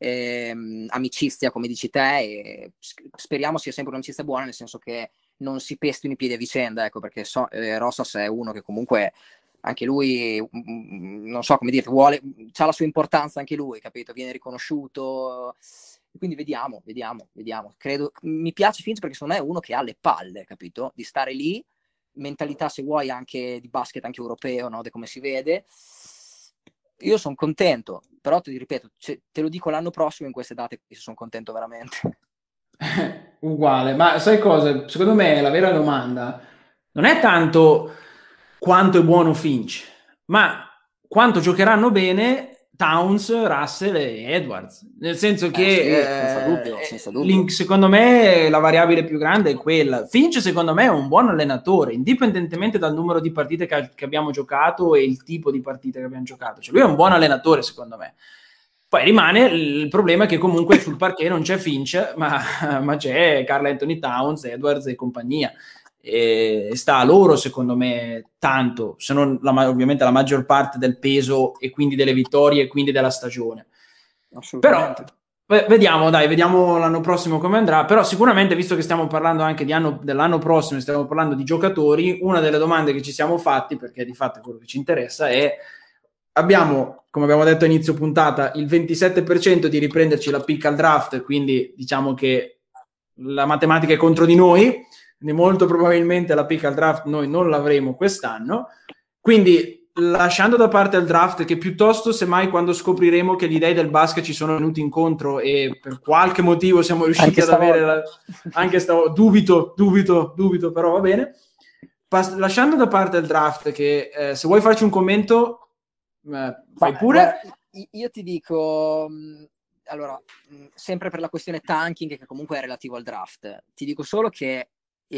amicizia come dici te, e speriamo sia sempre un'amicizia buona, nel senso che non si pestino i piedi a vicenda, ecco, perché Rosas è uno che comunque anche lui, non so come dire, c'ha la sua importanza anche lui, capito? Viene riconosciuto, quindi vediamo. Credo, mi piace Finch perché secondo me è uno che ha le palle, capito? Di stare lì, mentalità se vuoi anche di basket anche europeo, no? De come si vede. Io sono contento, però ti ripeto, te lo dico l'anno prossimo in queste date, se sono contento veramente. Uguale, ma sai cosa? Secondo me la vera domanda non è tanto quanto è buono Finch, ma quanto giocheranno bene Towns, Russell e Edwards. Nel senso che senza dubbio. secondo me la variabile più grande è quella. Finch secondo me è un buon allenatore, indipendentemente dal numero di partite che abbiamo giocato e il tipo di partite che abbiamo giocato. Cioè lui è un buon allenatore secondo me. Poi rimane il problema che comunque sul parquet non c'è Finch, ma c'è Karl Anthony Towns, Edwards e compagnia. e sta a loro, secondo me, tanto, se non ovviamente la maggior parte del peso e quindi delle vittorie e quindi della stagione. Assolutamente. Però vediamo l'anno prossimo come andrà, però sicuramente, visto che stiamo parlando anche dell'anno prossimo, stiamo parlando di giocatori, una delle domande che ci siamo fatti, perché di fatto è quello che ci interessa, è: abbiamo, come abbiamo detto a inizio puntata, il 27% di riprenderci la pick al draft, quindi diciamo che la matematica è contro di noi, quindi molto probabilmente la pick al draft noi non l'avremo quest'anno, quindi lasciando da parte il draft, che piuttosto semmai quando scopriremo che gli dei del basket ci sono venuti incontro e per qualche motivo siamo riusciti ad avere dubito, però va bene. Lasciando da parte il draft, che se vuoi farci un commento fai pure. Guarda, io ti dico, allora, sempre per la questione tanking, che comunque è relativo al draft, ti dico solo che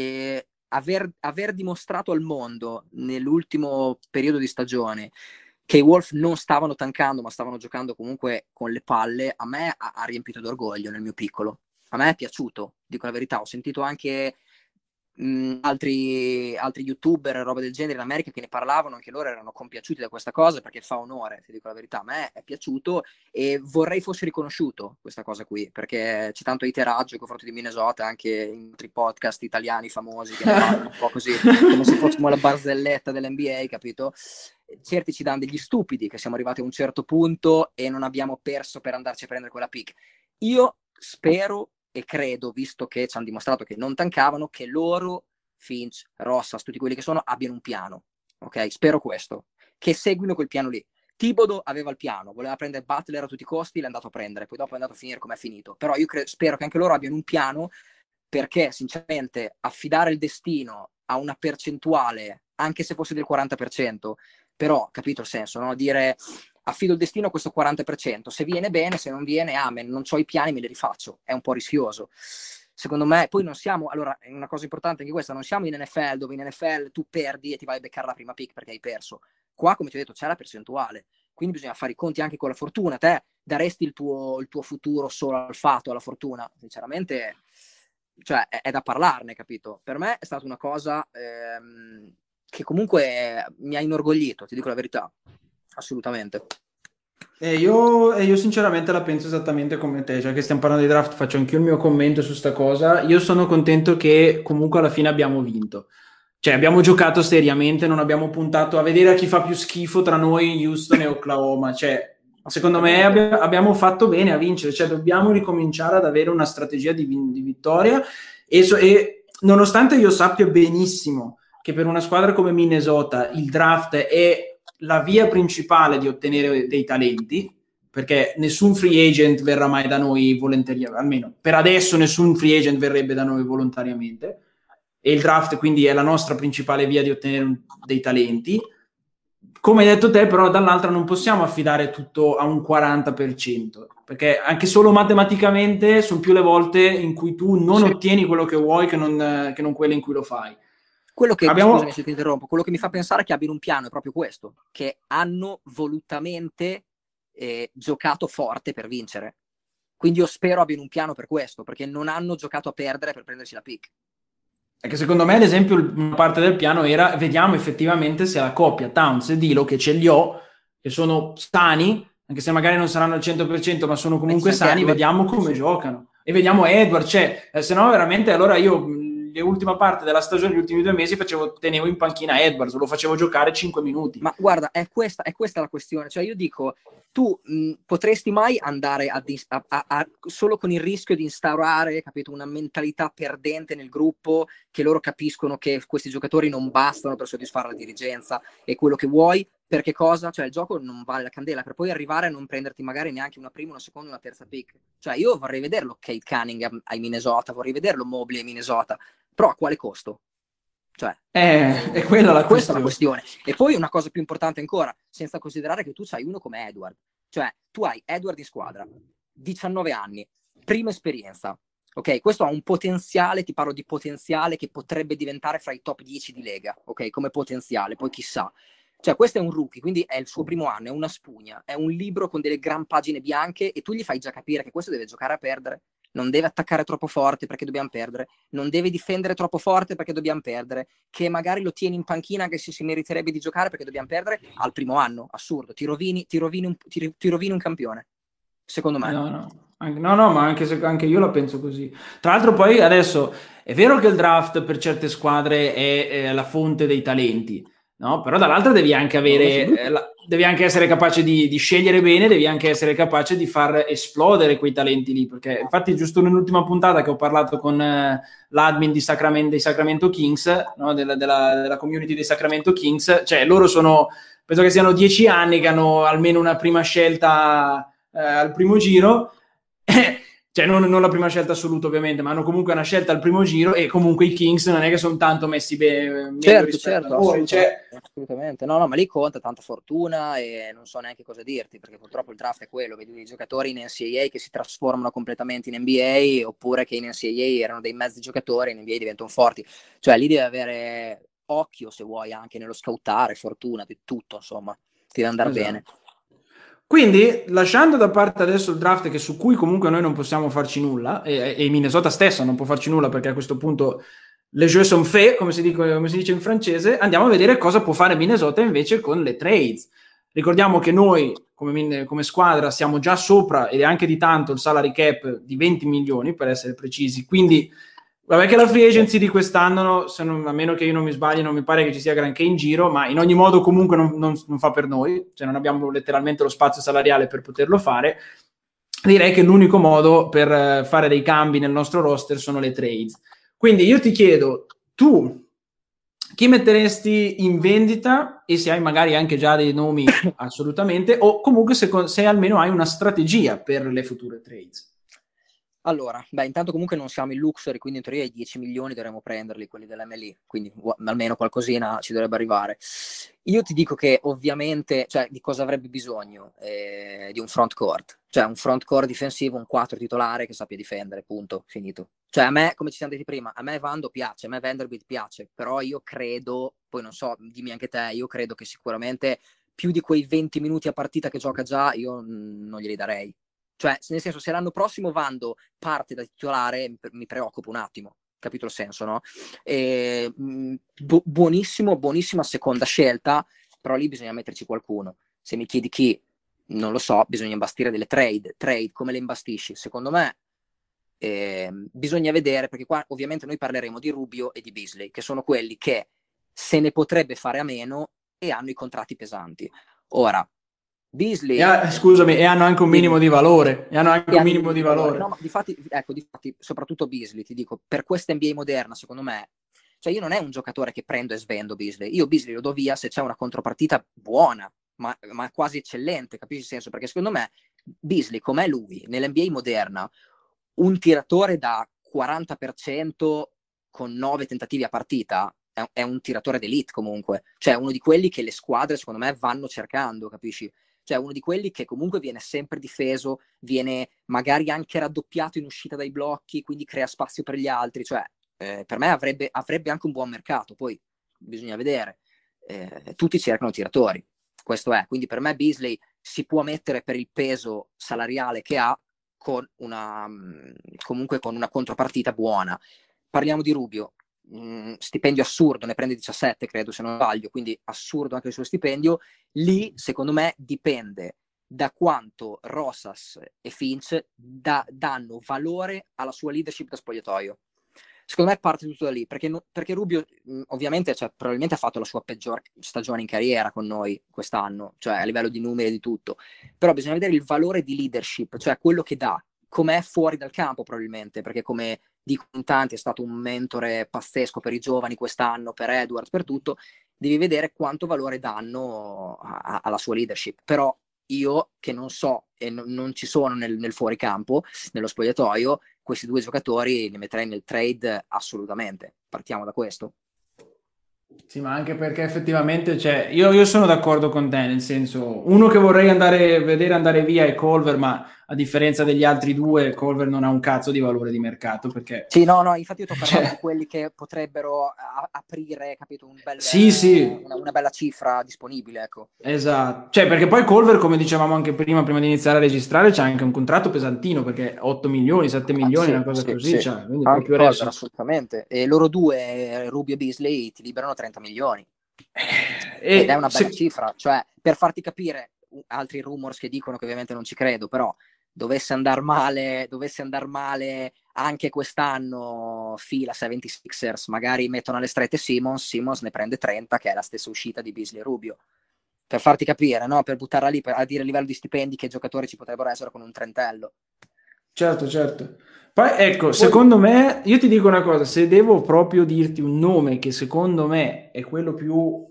aver dimostrato al mondo nell'ultimo periodo di stagione che i Wolf non stavano tankando ma stavano giocando comunque con le palle, a me ha riempito d'orgoglio nel mio piccolo. A me è piaciuto, dico la verità. Ho sentito anche altri youtuber e roba del genere in America che ne parlavano, anche loro erano compiaciuti da questa cosa, perché fa onore, ti dico la verità. A me è piaciuto e vorrei fosse riconosciuto questa cosa qui, perché c'è tanto haterage nei confronti di Minnesota anche in altri podcast italiani famosi che ne parlano un po' così come se fossimo la barzelletta dell'NBA, capito? Certi ci danno degli stupidi che siamo arrivati a un certo punto e non abbiamo perso per andarci a prendere quella pick. Io spero e credo, visto che ci hanno dimostrato che non tankavano, che loro, Finch, Rossas, tutti quelli che sono, abbiano un piano. Ok? Spero questo. Che seguino quel piano lì. Thibodeau aveva il piano, voleva prendere Butler a tutti i costi, l'è andato a prendere, poi dopo è andato a finire come è finito. Però io spero che anche loro abbiano un piano, perché sinceramente affidare il destino a una percentuale, anche se fosse del 40%, però capito il senso, no? Dire affido il destino a questo 40%, se viene bene, se non viene, amen, non ho i piani, me li rifaccio, è un po' rischioso. Secondo me, poi non siamo, allora, è una cosa importante anche questa, non siamo in NFL, dove in NFL tu perdi e ti vai a beccare la prima pick perché hai perso. Qua, come ti ho detto, c'è la percentuale, quindi bisogna fare i conti anche con la fortuna. Te daresti il tuo futuro solo al fatto, alla fortuna? Sinceramente, cioè, è da parlarne, capito? Per me è stata una cosa che comunque mi ha inorgoglito, ti dico la verità. Assolutamente. Io sinceramente la penso esattamente come te, cioè che stiamo parlando di draft, faccio anch'io il mio commento su sta cosa. Io sono contento che comunque alla fine abbiamo vinto, cioè abbiamo giocato seriamente, non abbiamo puntato a vedere a chi fa più schifo tra noi, Houston e Oklahoma, cioè secondo me abbiamo fatto bene a vincere, cioè dobbiamo ricominciare ad avere una strategia di vittoria e nonostante io sappia benissimo che per una squadra come Minnesota il draft è la via principale di ottenere dei talenti, perché nessun free agent verrà mai da noi volontariamente, almeno per adesso nessun free agent verrebbe da noi volontariamente, e il draft quindi è la nostra principale via di ottenere dei talenti. Come hai detto te, però dall'altra non possiamo affidare tutto a un 40%, perché anche solo matematicamente sono più le volte in cui tu non ottieni quello che vuoi che non quelle in cui lo fai. Quello che, scusami se ti interrompo, quello che mi fa pensare che abbiano un piano è proprio questo, che hanno volutamente giocato forte per vincere. Quindi io spero abbiano un piano per questo, perché non hanno giocato a perdere per prendersi la pick. Perché secondo me, ad esempio, una parte del piano era: vediamo effettivamente se la coppia Towns e Dilo, che ce li ho, che sono sani, anche se magari non saranno al 100%, ma sono comunque sani, vediamo come giocano. E vediamo Edward, se no veramente allora io l'ultima parte della stagione, gli ultimi 2 mesi, tenevo in panchina Edwards, lo facevo giocare 5 minuti. Ma guarda, è questa la questione. Cioè io dico, tu potresti mai andare solo con il rischio di instaurare, capito, una mentalità perdente nel gruppo, che loro capiscono che questi giocatori non bastano per soddisfare la dirigenza e quello che vuoi, perché cosa? Cioè il gioco non vale la candela, per poi arrivare a non prenderti magari neanche una prima, una seconda, una terza pick. Cioè io vorrei vederlo Kate Cunningham ai Minnesota, vorrei vederlo Mobley ai Minnesota, però a quale costo? Cioè, è quella la questa è la questione. E poi una cosa più importante ancora, senza considerare che tu hai uno come Edward. Cioè, tu hai Edward in squadra, 19 anni, prima esperienza. Ok, questo ha un potenziale, ti parlo di potenziale che potrebbe diventare fra i top 10 di Lega, ok, come potenziale, poi chissà. Cioè, questo è un rookie, quindi è il suo primo anno, è una spugna, è un libro con delle gran pagine bianche e tu gli fai già capire che questo deve giocare a perdere. non deve attaccare troppo forte perché dobbiamo perdere, non deve difendere troppo forte perché dobbiamo perdere, che magari lo tieni in panchina che si meriterebbe di giocare perché dobbiamo perdere al primo anno, assurdo, ti rovini un campione, secondo me. No, ma anche io la penso così. Tra l'altro poi adesso è vero che il draft per certe squadre è la fonte dei talenti, no? Però dall'altra devi anche avere, devi anche essere capace di scegliere bene, devi anche essere capace di far esplodere quei talenti lì, perché infatti giusto nell'ultima puntata che ho parlato con l'admin dei Sacramento Kings, no? della community dei Sacramento Kings, cioè loro penso che siano 10 anni che hanno almeno una prima scelta al primo giro, cioè non la prima scelta assoluta ovviamente, ma hanno comunque una scelta al primo giro e comunque i Kings non è che sono tanto messi meglio rispetto a noi. Assolutamente. No, ma lì conta tanta fortuna e non so neanche cosa dirti, perché purtroppo il draft è quello, vedi dei giocatori in NCAA che si trasformano completamente in NBA, oppure che in NCAA erano dei mezzi giocatori, in NBA diventano forti. Cioè lì devi avere occhio, se vuoi, anche nello scoutare, fortuna, di tutto, insomma, ti deve andare bene. Quindi, lasciando da parte adesso il draft, che su cui comunque noi non possiamo farci nulla, e Minnesota stessa non può farci nulla perché a questo punto les jeux sont faits, come si dice in francese, andiamo a vedere cosa può fare Minnesota invece con le trades. Ricordiamo che noi, come squadra, siamo già sopra, ed è anche di tanto, il salary cap di 20 milioni, per essere precisi, quindi vabbè che la free agency di quest'anno, a meno che io non mi sbagli, non mi pare che ci sia granché in giro, ma in ogni modo comunque non fa per noi, cioè non abbiamo letteralmente lo spazio salariale per poterlo fare. Direi che l'unico modo per fare dei cambi nel nostro roster sono le trades. Quindi io ti chiedo, tu chi metteresti in vendita, e se hai magari anche già dei nomi assolutamente, o comunque se almeno hai una strategia per le future trades? Allora, intanto comunque non siamo in luxury, quindi in teoria i 10 milioni dovremmo prenderli, quelli dell'MLI, quindi almeno qualcosina ci dovrebbe arrivare. Io ti dico che ovviamente, cioè, di cosa avrebbe bisogno? Di un front court, cioè un front court difensivo, un 4 titolare che sappia difendere, punto, finito. Cioè a me, come ci siamo detti prima, a me Vando piace, a me Vanderbilt piace, però io credo, poi non so, dimmi anche te, io credo che sicuramente più di quei 20 minuti a partita che gioca già, io non glieli darei. Cioè, nel senso, se l'anno prossimo Vando parte da titolare, mi preoccupo un attimo, capito il senso, no? Buonissima seconda scelta, però lì bisogna metterci qualcuno. Se mi chiedi chi, non lo so, bisogna imbastire delle trade, come le imbastisci? Secondo me bisogna vedere, perché qua ovviamente noi parleremo di Rubio e di Beasley, che sono quelli che se ne potrebbe fare a meno e hanno i contratti pesanti. Ora, Beasley, scusami, e hanno anche un minimo di valore. No, ma difatti, soprattutto Beasley, ti dico, per questa NBA moderna, secondo me, cioè io non è un giocatore che prendo e svendo Beasley. Io Beasley lo do via se c'è una contropartita buona, ma quasi eccellente, capisci il senso? Perché secondo me Beasley, com'è lui, nell'NBA moderna, un tiratore da 40% con 9 tentativi a partita, è un tiratore d'elite comunque. Cioè uno di quelli che le squadre, secondo me, vanno cercando, capisci? Cioè uno di quelli che comunque viene sempre difeso, viene magari anche raddoppiato in uscita dai blocchi, quindi crea spazio per gli altri. Cioè, per me avrebbe anche un buon mercato, poi bisogna vedere. Tutti cercano tiratori, questo è. Quindi per me Beasley si può mettere per il peso salariale che ha comunque con una contropartita buona. Parliamo di Rubio. Stipendio assurdo, ne prende 17 credo se non sbaglio, quindi assurdo anche il suo stipendio. Lì secondo me dipende da quanto Rosas e Finch danno valore alla sua leadership da spogliatoio. Secondo me parte tutto da lì, perché Rubio ovviamente probabilmente ha fatto la sua peggior stagione in carriera con noi quest'anno, cioè a livello di numeri e di tutto, però bisogna vedere il valore di leadership, cioè quello che dà, com'è fuori dal campo probabilmente, perché come dico in tanti è stato un mentore pazzesco per i giovani quest'anno, per Edwards, per tutto. Devi vedere quanto valore danno alla sua leadership. Però io che non so e non ci sono nel fuoricampo, nello spogliatoio, questi due giocatori li metterei nel trade assolutamente. Partiamo da questo. Sì, ma anche perché effettivamente, cioè, io sono d'accordo con te, nel senso, uno che vorrei vedere andare via è Culver, ma a differenza degli altri due, Culver non ha un cazzo di valore di mercato, perché... Sì, no, infatti io ti ho parlato di quelli che potrebbero aprire, capito, Sì. una bella cifra disponibile, ecco. Esatto, cioè perché poi Culver, come dicevamo anche prima di iniziare a registrare, c'è anche un contratto pesantino, perché 8 milioni, 7 milioni, Sì, una cosa sì, così, sì. cioè, quindi Anche proprio Culver, adesso... assolutamente. E loro due, Rubio e Beasley, ti liberano 30 milioni. Ed è E una bella cifra, cioè per farti capire altri rumors che dicono che ovviamente non ci credo, però dovesse andare male anche quest'anno fila 76ers, magari mettono alle strette Simmons ne prende 30, che è la stessa uscita di Beasley e Rubio. Per farti capire, no? Per buttarla lì, a dire a livello di stipendi che giocatori ci potrebbero essere con un trentello. Certo, certo. Poi ecco, secondo me, io ti dico una cosa, se devo proprio dirti un nome che secondo me è quello più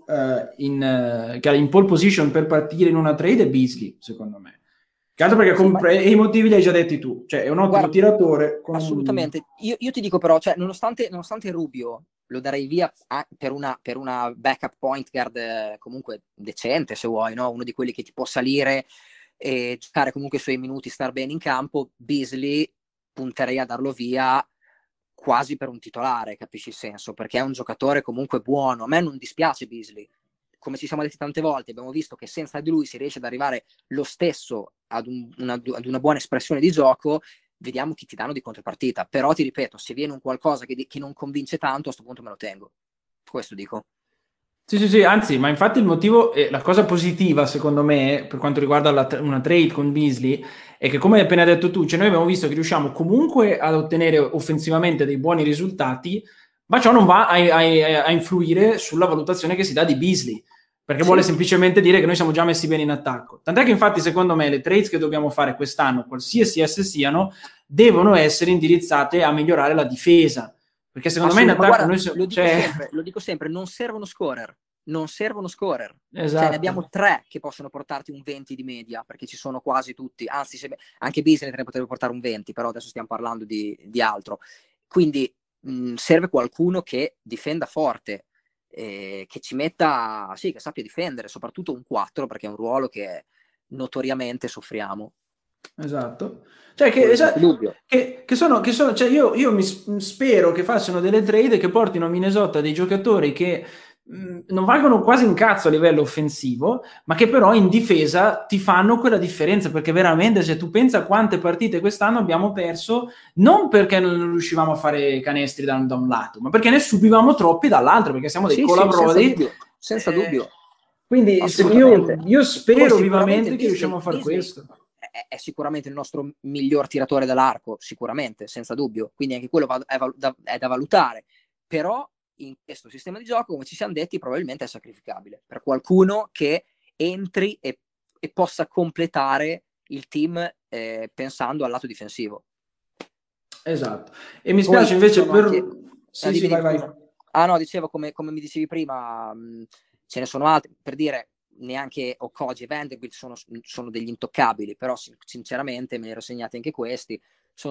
che ha in pole position per partire in una trade, è Beasley, secondo me. Che altro perché Sì, ma i motivi li hai già detti tu, cioè è un ottimo guarda, tiratore con assolutamente. Io ti dico però, cioè, nonostante Rubio lo darei via per una backup point guard comunque decente, se vuoi, no? Uno di quelli che ti può salire e giocare comunque i suoi minuti, star bene in campo, Beasley punterei a darlo via quasi per un titolare, capisci il senso? Perché è un giocatore comunque buono. A me non dispiace Beasley. Come ci siamo detti tante volte, abbiamo visto che senza di lui si riesce ad arrivare lo stesso ad una buona espressione di gioco. Vediamo chi ti danno di contropartita. Però ti ripeto, se viene un qualcosa che non convince tanto, a questo punto me lo tengo. Questo dico. Sì, sì, sì, anzi, ma infatti il motivo, la cosa positiva secondo me per quanto riguarda una trade con Beasley è che come hai appena detto tu, cioè noi abbiamo visto che riusciamo comunque ad ottenere offensivamente dei buoni risultati, ma ciò non va a influire sulla valutazione che si dà di Beasley, perché vuole Sì, semplicemente dire che noi siamo già messi bene in attacco. Tant'è che infatti secondo me le trades che dobbiamo fare quest'anno, qualsiasi esse siano, devono essere indirizzate a migliorare la difesa. Perché secondo me in ma attacco guarda, noi cioè, lo dico sempre, non servono scorer. Non servono scorer. Cioè ne abbiamo esatto. 3 che possono portarti un 20 di media, perché ci sono quasi tutti, anzi anche Beasley te ne potrebbe portare un 20, però adesso stiamo parlando di altro. Quindi serve qualcuno che difenda forte, che ci metta, sì, che sappia difendere, soprattutto un 4, perché è un ruolo che notoriamente soffriamo. Esatto. Cioè, Quello senza dubbio. cioè io spero che facciano delle trade che portino a Minnesota dei giocatori che non valgono quasi un cazzo a livello offensivo, ma che però in difesa ti fanno quella differenza, perché veramente se tu pensa a quante partite quest'anno abbiamo perso, non perché non riuscivamo a fare canestri da un lato, ma perché ne subivamo troppi dall'altro, perché siamo dei Sì, sì, colabrodi. senza dubbio, Quindi assolutamente. io Poi spero sicuramente vivamente che riusciamo a fare questo. è sicuramente il nostro miglior tiratore dall'arco, sicuramente, senza dubbio. Quindi anche quello è da valutare. Però in questo sistema di gioco, come ci siamo detti, probabilmente è sacrificabile per qualcuno che entri e possa completare il team pensando al lato difensivo. Esatto. E mi Poi spiace ci invece sono per... anche... Sì, sì, dimmi, vai, dimmi, vai. scusa. Ah no, dicevo, come mi dicevi prima, ce ne sono altri. Per dire, neanche Okogie e Vanderbilt sono degli intoccabili, però sinceramente me ne ero segnati anche questi.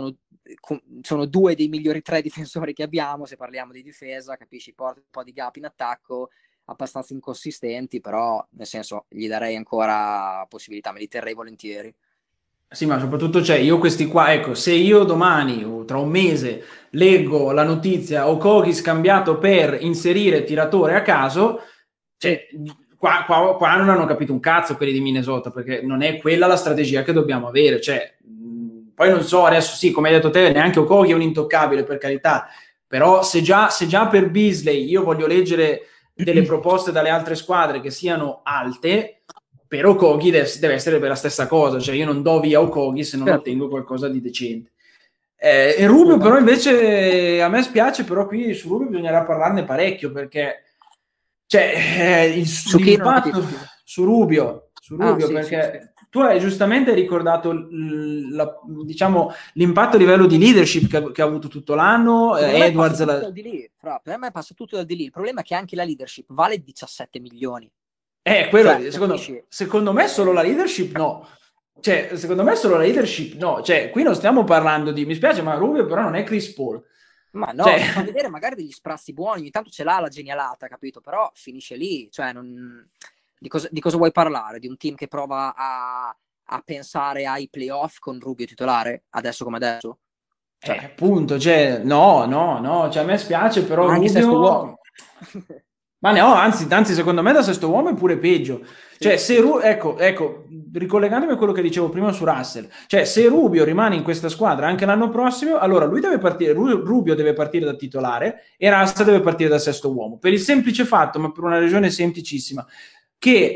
Sono 2 dei migliori 3 difensori che abbiamo, se parliamo di difesa, capisci? Porta un po' di gap in attacco, abbastanza inconsistenti, però nel senso gli darei ancora possibilità, me li terrei volentieri. Sì, ma soprattutto cioè, io questi qua, ecco, se io domani o tra un mese leggo la notizia Okogi scambiato per inserire tiratore a caso, Sì, cioè, qua non hanno capito un cazzo quelli di Minnesota, perché non è quella la strategia che dobbiamo avere. Cioè, poi non so, adesso sì, come hai detto te, neanche Okogi è un intoccabile, per carità, però se già per Beasley io voglio leggere delle proposte dalle altre squadre che siano alte, per Okogi deve essere per la stessa cosa, cioè io non do via Okogi se non certo, ottengo qualcosa di decente. E Rubio però assolutamente. invece a me spiace, però qui su Rubio bisognerà parlarne parecchio perché cioè, Su chi non ho capito, l'impatto scusa. su Ah, Rubio, sì, sì, sì. perché tu hai giustamente ricordato diciamo, l'impatto a livello di leadership che ha avuto tutto l'anno, Secondo me passa Edwards, tutto dal di lì, per me passa tutto dal di lì. Il problema è che anche la leadership vale 17 milioni. Cioè, capisci? secondo me solo la leadership no. Cioè, secondo me solo la leadership no. Cioè, qui non stiamo parlando di... Mi spiace, ma Rubio però non è Chris Paul. Ma no, Cioè, ti fa vedere magari degli sprazzi buoni, ogni tanto ce l'ha la genialata, capito? Però finisce lì, cioè di cosa vuoi parlare? Di un team che prova a a pensare ai playoff con Rubio titolare, adesso come adesso? Cioè, Appunto, cioè, no, cioè, a me spiace, però anche sesto Rubio... uomo. Ma no, anzi, secondo me da sesto uomo è pure peggio. Cioè, se ecco, ricollegandomi a quello che dicevo prima su Russell, cioè, se Rubio rimane in questa squadra anche l'anno prossimo, allora lui deve partire, Rubio deve partire da titolare e Russell deve partire da sesto uomo. Per il semplice fatto, ma per una ragione semplicissima, che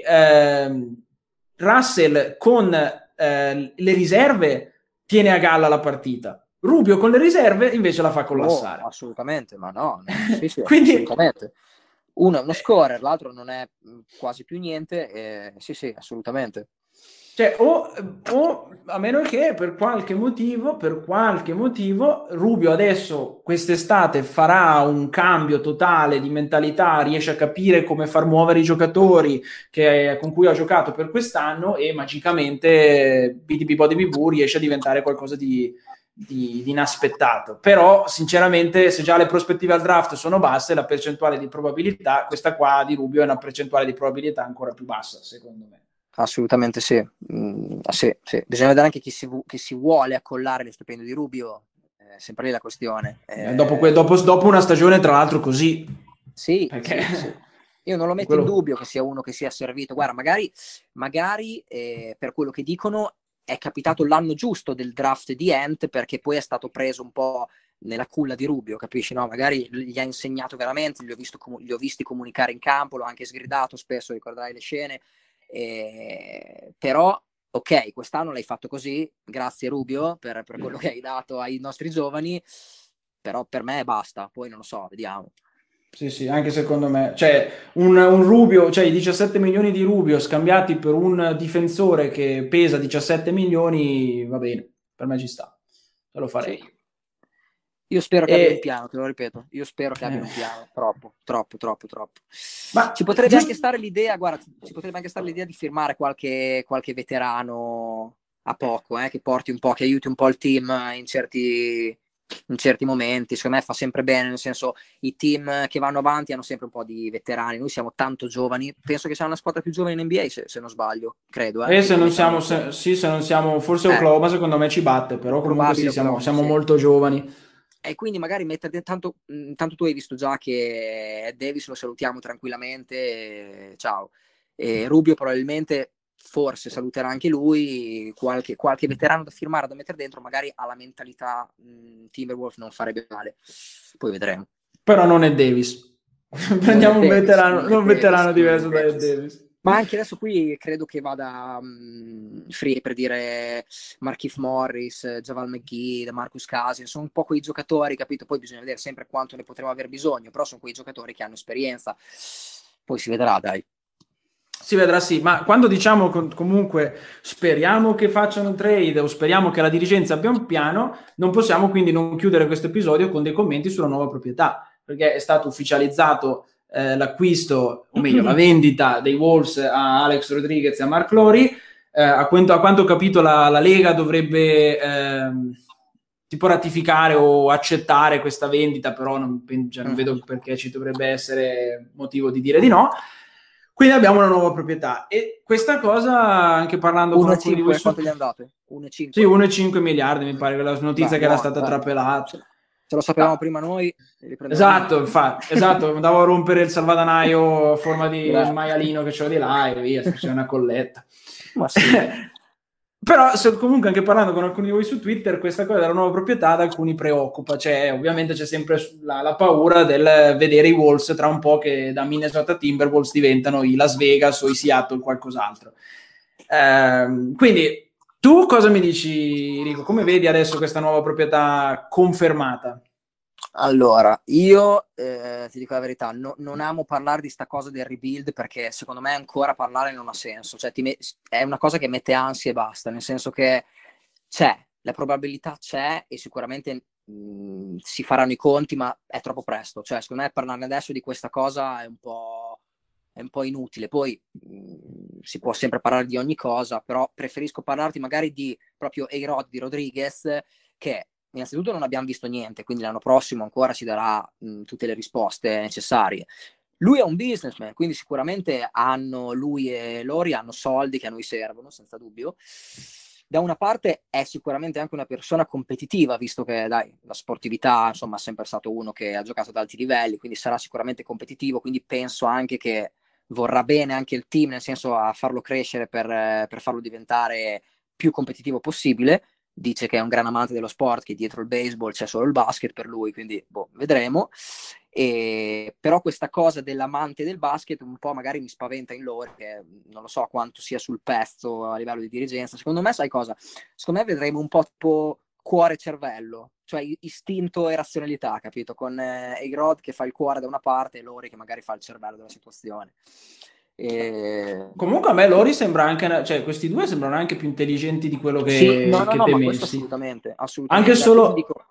Russell con le riserve tiene a galla la partita. Rubio con le riserve invece la fa Oh, collassare. assolutamente, ma no, sì, Quindi, assolutamente. Uno è uno scorer, l'altro non è quasi più niente, sì, assolutamente. cioè, o a meno che per qualche motivo, Rubio adesso quest'estate farà un cambio totale di mentalità, riesce a capire come far muovere i giocatori con cui ha giocato per quest'anno e magicamente BDB Body BB riesce a diventare qualcosa di inaspettato. Però, sinceramente, se già le prospettive al draft sono basse, la percentuale di probabilità, questa qua di Rubio è una percentuale di probabilità ancora più bassa, secondo me. Assolutamente sì. Sì. Bisogna vedere anche chi si vuole accollare lo stipendio di Rubio, sempre lì la questione. Dopo una stagione, tra l'altro, così. Sì. Perché Io non lo metto in quello... dubbio che sia uno che sia servito. Guarda, magari per quello che dicono è capitato l'anno giusto del draft di Ant, perché poi è stato preso un po' nella culla di Rubio, capisci? No? Magari gli ha insegnato veramente, li ho visti comunicare in campo, l'ho anche sgridato spesso, ricorderai le scene. Però, ok, quest'anno l'hai fatto così, grazie Rubio per quello che hai dato ai nostri giovani, però per me basta, poi non lo so, vediamo. Sì, anche secondo me. Cioè, un Rubio, cioè i 17 milioni di Rubio scambiati per un difensore che pesa 17 milioni, va bene, per me ci sta. Ce lo farei. Sì. Io spero che abbiano un E, piano, te lo ripeto, io spero che eh, abbiano un piano, troppo. ma Ci potrebbe anche giusto... stare l'idea, guarda, ci potrebbe anche stare l'idea di firmare qualche veterano a poco, che porti un po', che aiuti un po' il team in certi momenti. Secondo me fa sempre bene, nel senso, i team che vanno avanti hanno sempre un po' di veterani, noi siamo tanto giovani, penso che siamo la squadra più giovane in NBA, se non sbaglio, credo, Se non siamo, tendenzialmente. sì, se non siamo, forse Oklahoma secondo me ci batte, però comunque sì, Probabile Oklahoma, siamo sì. molto giovani. E quindi magari mettere tanto tu hai visto già che Davis lo salutiamo tranquillamente, ciao. E Rubio probabilmente forse saluterà anche lui, qualche veterano da firmare, da mettere dentro, magari alla mentalità Timberwolf non farebbe male. Poi vedremo. Però non è Davis. Non è Prendiamo Davis, un veterano diverso da Ed Davis. Ma anche adesso qui credo che vada free per dire Markieff Morris, Javal McGee, Marcus Cousins, sono un po' quei giocatori, capito? Poi bisogna vedere sempre quanto ne potremo aver bisogno, però sono quei giocatori che hanno esperienza. Poi si vedrà, dai. Si vedrà sì, ma quando diciamo comunque speriamo che facciano un trade o speriamo che la dirigenza abbia un piano, non possiamo quindi non chiudere questo episodio con dei commenti sulla nuova proprietà, perché è stato ufficializzato l'acquisto, o meglio, la vendita dei Wolves a Alex Rodriguez e a Mark Lowry. A quanto ho capito la Lega dovrebbe tipo ratificare o accettare questa vendita, però cioè, non vedo perché ci dovrebbe essere motivo di dire di no. Quindi abbiamo una nuova proprietà e questa cosa, anche parlando con alcuni di voi 1,5, su... quanto gli è andato? Sì, 1,5? 1,5 miliardi mi pare, la Beh, notizia che era buono, stata dai. trapelata. Se lo sapevamo Ah, prima noi, li prendevamo noi. esatto, infatti, esatto, andavo a rompere il salvadanaio a forma di Grazie. maialino che c'ho di là e via, c'è una colletta. Ma sì. Però comunque anche parlando con alcuni di voi su Twitter, questa cosa della nuova proprietà ad alcuni preoccupa, cioè ovviamente c'è sempre la paura del vedere i Wolves tra un po' che da Minnesota Timberwolves diventano i Las Vegas o i Seattle qualcos'altro. Quindi tu cosa mi dici, Rico? Come vedi adesso questa nuova proprietà confermata? Allora, io ti dico la verità, non amo parlare di sta cosa del rebuild perché secondo me ancora parlare non ha senso, cioè è una cosa che mette ansia e basta, nel senso che c'è, la probabilità c'è e sicuramente si faranno i conti, ma è troppo presto, cioè secondo me parlarne adesso di questa cosa è un po' inutile, poi si può sempre parlare di ogni cosa, però preferisco parlarti magari di proprio A-Rod di Rodriguez, che innanzitutto non abbiamo visto niente, quindi l'anno prossimo ancora ci darà tutte le risposte necessarie. Lui è un businessman, quindi sicuramente lui e Lori hanno soldi che a noi servono, senza dubbio. Da una parte è sicuramente anche una persona competitiva, visto che, dai, la sportività, insomma, è sempre stato uno che ha giocato ad alti livelli, quindi sarà sicuramente competitivo, quindi penso anche che vorrà bene anche il team, nel senso a farlo crescere per farlo diventare più competitivo possibile. Dice che è un gran amante dello sport, che dietro il baseball c'è solo il basket per lui, quindi vedremo. Però questa cosa dell'amante del basket un po' magari mi spaventa in loro, che non lo so quanto sia sul pezzo a livello di dirigenza. Secondo me, sai cosa? Secondo me vedremo un po' tipo cuore-cervello, cioè istinto e razionalità, capito? Con A-Rod che fa il cuore da una parte e Lori che magari fa il cervello della situazione. Comunque a me Lori sembra anche, cioè questi due sembrano anche più intelligenti di quello Sì, no, che ma questo temessi. assolutamente, Anche assolutamente. Poi ti solo... dico,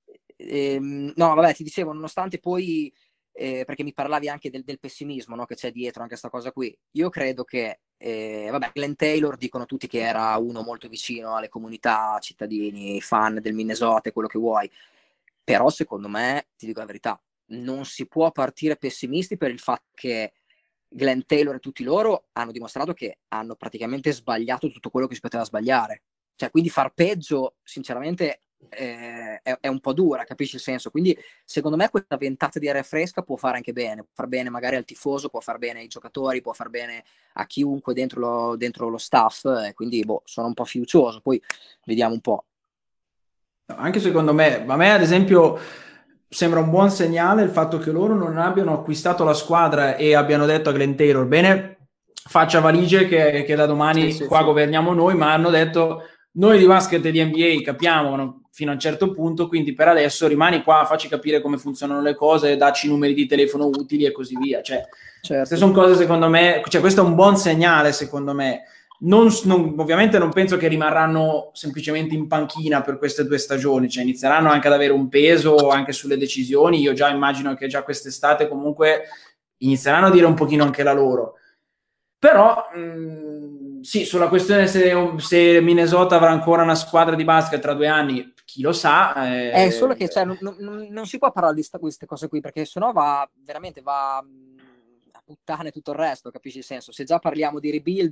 no, vabbè, ti dicevo, nonostante poi, perché mi parlavi anche del pessimismo, no, che c'è dietro anche questa cosa qui, io credo che, vabbè, Glenn Taylor dicono tutti che era uno molto vicino alle comunità, cittadini, fan del Minnesota, quello che vuoi, però secondo me, ti dico la verità, non si può partire pessimisti per il fatto che Glenn Taylor e tutti loro hanno dimostrato che hanno praticamente sbagliato tutto quello che si poteva sbagliare. Cioè, quindi far peggio, sinceramente, è un po' dura, capisci il senso? Quindi, secondo me, questa ventata di aria fresca può fare anche bene, può far bene magari al tifoso, può far bene ai giocatori, può far bene a chiunque dentro lo staff, quindi sono un po' fiducioso, poi vediamo un po'. Anche secondo me, a me ad esempio sembra un buon segnale il fatto che loro non abbiano acquistato la squadra e abbiano detto a Glenn Taylor, bene, faccia valigie che da Sì, domani sì, qua sì. governiamo noi, ma hanno detto noi di basket e di NBA capiamo fino a un certo punto, quindi per adesso rimani qua, facci capire come funzionano le cose, dacci i numeri di telefono utili e così via. Cioè, queste Certo. sono cose secondo me, cioè questo è un buon segnale secondo me. Ovviamente non penso che rimarranno semplicemente in panchina per queste 2 stagioni, cioè inizieranno anche ad avere un peso anche sulle decisioni. Io già immagino che già quest'estate comunque inizieranno a dire un pochino anche la loro. Però sì, sulla questione se Minnesota avrà ancora una squadra di basket tra 2 anni, chi lo sa. È solo che cioè, non si può parlare di queste cose qui perché sennò va veramente a puttane tutto il resto, capisci il senso? Se già parliamo di rebuild,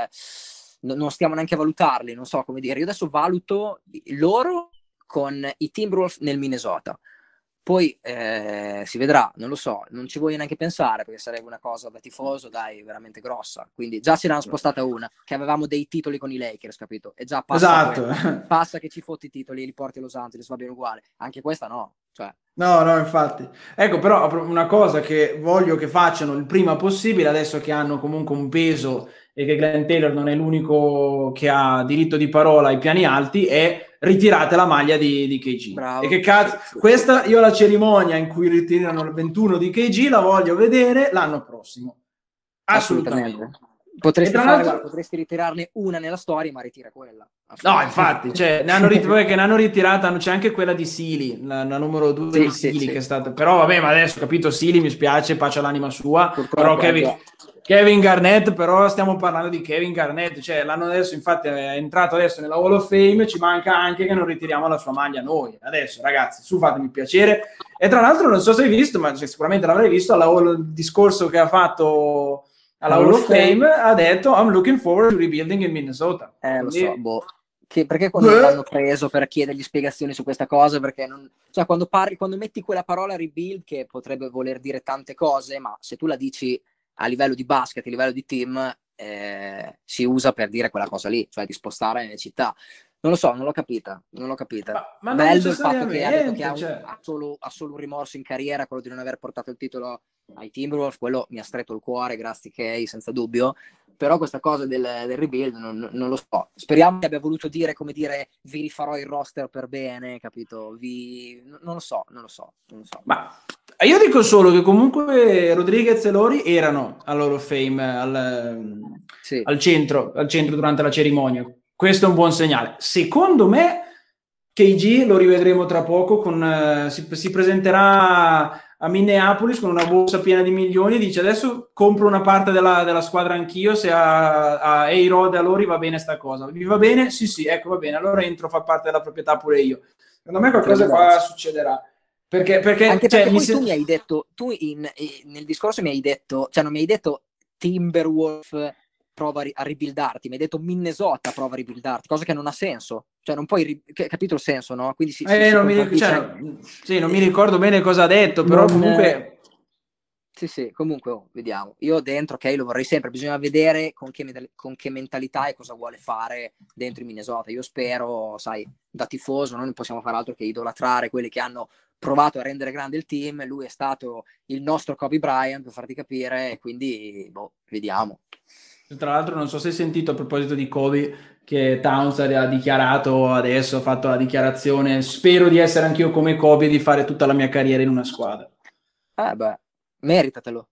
non stiamo neanche a valutarli, non so come dire. Io adesso valuto loro con i Timberwolves nel Minnesota. Poi si vedrà, non lo so, non ci voglio neanche pensare perché sarebbe una cosa da tifoso, dai, veramente grossa. Quindi già ce n'hanno spostata una, che avevamo dei titoli con i Lakers, capito? E già passa Esatto. quella. Passa che ci fotti i titoli e li porti a Los Angeles, va bene uguale. Anche questa no, cioè. No, no, infatti. Ecco, però una cosa che voglio che facciano il prima possibile, adesso che hanno comunque un peso e che Glenn Taylor non è l'unico che ha diritto di parola ai piani alti, è ritirate la maglia di KG. Bravo. E che cazzo, Sì. questa io la cerimonia in cui ritirano il 21 di KG la voglio vedere l'anno prossimo. Assolutamente. Potresti ritirarne una nella storia, ma ritira quella. No, infatti, cioè, ne hanno ritirata, c'è anche quella di Sili, la numero 2 di Sili, sì. che è stata, però vabbè, ma adesso capito, Sili mi spiace, pace all'anima sua, però Purtroppo Kevin Garnett, però stiamo parlando di Kevin Garnett, cioè l'anno adesso, infatti è entrato adesso nella Hall of Fame, ci manca anche che non ritiriamo la sua maglia noi, adesso ragazzi, su fatemi piacere, e tra l'altro non so se hai visto, ma sicuramente l'avrai visto, il discorso che ha fatto alla Hall of Fame, ha detto I'm looking forward to rebuilding in Minnesota. Lo Quindi... so, perché quando non l'hanno preso per chiedergli spiegazioni su questa cosa? Perché cioè, quando metti quella parola rebuild, che potrebbe voler dire tante cose, ma se tu la dici a livello di basket, a livello di team, si usa per dire quella cosa lì, cioè di spostare nelle città. Non lo so, non l'ho capita. Ma Bello il fatto che ha detto che cioè... ha solo un rimorso in carriera, quello di non aver portato il titolo ai Timberwolves, quello mi ha stretto il cuore, grazie Kay, senza dubbio. Però questa cosa del rebuild non lo so. Speriamo che abbia voluto dire, come dire, vi rifarò il roster per bene, capito? Non lo so. Ma io dico solo che comunque Rodriguez e Lori erano al Hall of Fame, al centro durante la cerimonia. Questo è un buon segnale. Secondo me KG lo rivedremo tra poco, si presenterà a Minneapolis con una borsa piena di milioni e dice adesso compro una parte della squadra anch'io, se a A-Rod e a Lori va bene sta cosa. Vi va bene? Sì, ecco va bene, allora entro a far parte della proprietà pure io. Secondo me qualcosa qua succederà. Perché Anche cioè, perché poi tu mi hai detto, nel discorso mi hai detto, cioè non mi hai detto Timberwolves prova a ribuildarti, mi hai detto Minnesota prova a ribuildarti, cosa che non ha senso, cioè non puoi, capito il senso, no? Quindi si non contraddice. non mi ricordo bene cosa ha detto, però Non, comunque... Sì, comunque vediamo. Io dentro, ok, lo vorrei sempre, bisogna vedere con che mentalità e cosa vuole fare dentro in Minnesota. Io spero, sai, da tifoso, noi non possiamo fare altro che idolatrare quelli che hanno provato a rendere grande il team. Lui è stato il nostro Kobe Bryant, per farti capire, e quindi, vediamo. Tra l'altro non so se hai sentito a proposito di Kobe che Towns ha dichiarato adesso, ha fatto la dichiarazione, spero di essere anch'io come Kobe e di fare tutta la mia carriera in una squadra. Meritatelo.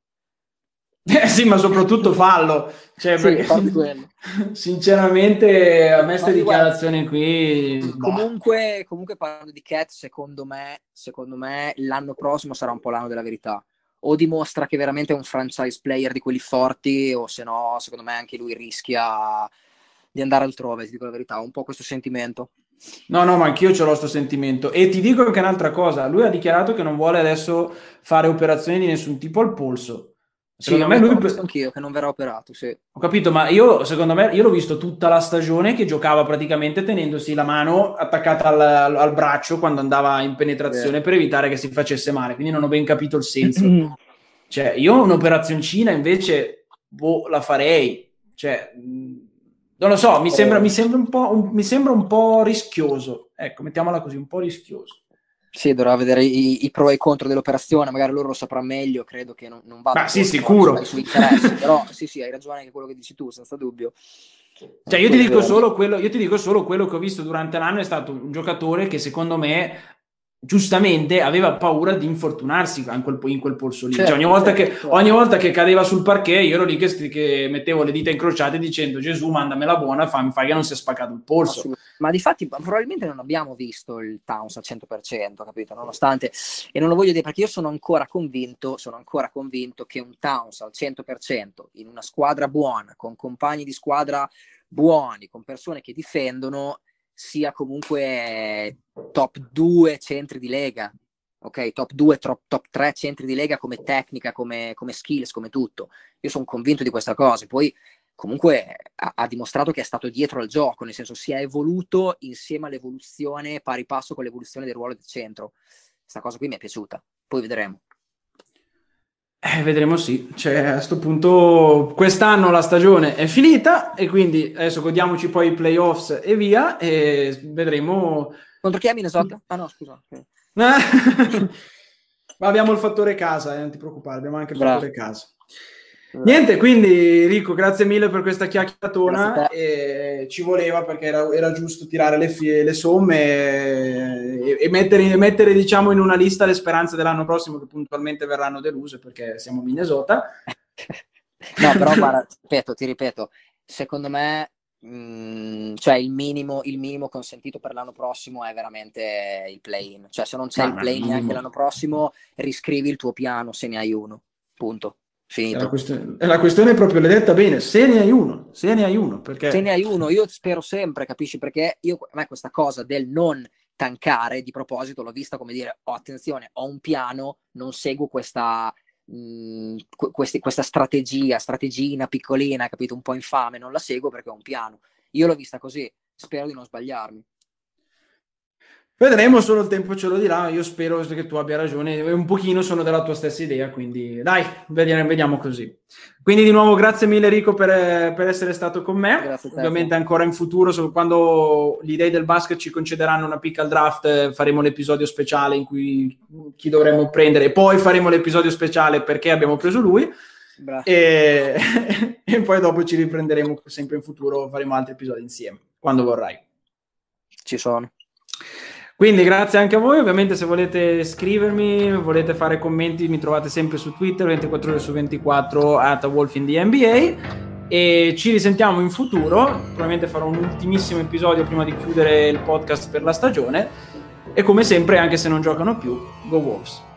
Sì, ma soprattutto fallo, cioè, Sì, perché farti quello. sinceramente a me Ma queste io, guarda, dichiarazioni qui... comunque parlando di Cat, secondo me l'anno prossimo sarà un po' l'anno della verità. O dimostra che veramente è un franchise player di quelli forti, o se no, secondo me anche lui rischia di andare altrove, ti dico la verità. Ho un po' questo sentimento. No, ma anch'io ce l'ho sto sentimento. E ti dico anche un'altra cosa, lui ha dichiarato che non vuole adesso fare operazioni di nessun tipo al polso. Sì, Secondo me ho lui... visto anch'io che non verrà operato, sì. Ho capito, ma io, secondo me, io l'ho visto tutta la stagione che giocava praticamente tenendosi la mano attaccata al braccio quando andava in penetrazione per evitare che si facesse male, quindi non ho ben capito il senso. Cioè, io un'operazioncina invece, la farei. Cioè, non lo so, mi sembra un po' rischioso. Ecco, mettiamola così, un po' rischioso. Sì, dovrà vedere i pro e i contro dell'operazione, magari loro lo saprà meglio, credo che non vada Ma sì, contro sicuro. ai suoi interessi, però sì, hai ragione anche quello che dici tu, senza dubbio. Cioè, Poi vedremo. io ti dico solo quello che ho visto durante l'anno è stato un giocatore che secondo me giustamente aveva paura di infortunarsi in quel polso lì. Cioè, Certo. ogni volta che cadeva sul parquet, io ero lì che mettevo le dita incrociate dicendo Gesù, mandamela buona, fai che non si è spaccato il polso. Ma difatti probabilmente non abbiamo visto il Towns al 100%, capito? Nonostante, e non lo voglio dire perché io sono ancora convinto che un Towns al 100% in una squadra buona, con compagni di squadra buoni, con persone che difendono, sia comunque top 2 centri di lega, ok? Top 2, top 3 centri di lega come tecnica, come skills, come tutto. Io sono convinto di questa cosa. Poi comunque ha dimostrato che è stato dietro al gioco, nel senso si è evoluto insieme all'evoluzione, pari passo con l'evoluzione del ruolo del centro. Questa cosa qui mi è piaciuta. Poi vedremo. Vedremo sì, cioè, a sto punto quest'anno la stagione è finita e quindi adesso godiamoci poi i playoffs e via e vedremo. Contro chi è Minnesota? Ah no, scusa. Ma abbiamo il fattore casa, non ti preoccupare, abbiamo anche il Bravo. fattore casa. Niente, quindi Rico, grazie mille per questa Grazie a chiacchieratona. te. E ci voleva perché era giusto tirare le somme e mettere, diciamo, in una lista le speranze dell'anno prossimo che puntualmente verranno deluse perché siamo a Minnesota. No, però guarda, ti ripeto, secondo me cioè il minimo consentito per l'anno prossimo è veramente il play-in. Cioè se non c'è il play-in neanche l'anno prossimo, riscrivi il tuo piano se ne hai uno. Punto. Finito. La questione è proprio, l'hai detta bene, se ne hai uno, perché... Se ne hai uno, io spero sempre, capisci? Perché a me questa cosa del non tankare, di proposito, l'ho vista come dire, oh, attenzione, ho un piano, non seguo questa strategina piccolina, capito? Un po' infame, non la seguo perché ho un piano. Io l'ho vista così, spero di non sbagliarmi. Vedremo, solo il tempo ce lo dirà. Io spero che tu abbia ragione. Un pochino sono della tua stessa idea, quindi dai, vediamo così. Quindi di nuovo grazie mille Rico per essere stato con me. Grazie a te. Ovviamente ancora in futuro, quando gli dei del basket ci concederanno una pick al draft, faremo l'episodio speciale in cui chi dovremmo prendere e poi faremo l'episodio speciale perché abbiamo preso lui. E poi dopo ci riprenderemo sempre in futuro, faremo altri episodi insieme, quando vorrai. Ci sono. Quindi grazie anche a voi, ovviamente se volete scrivermi, volete fare commenti mi trovate sempre su Twitter 24 ore su 24 @wolfindnba e ci risentiamo in futuro, probabilmente farò un ultimissimo episodio prima di chiudere il podcast per la stagione e come sempre anche se non giocano più, Go Wolves!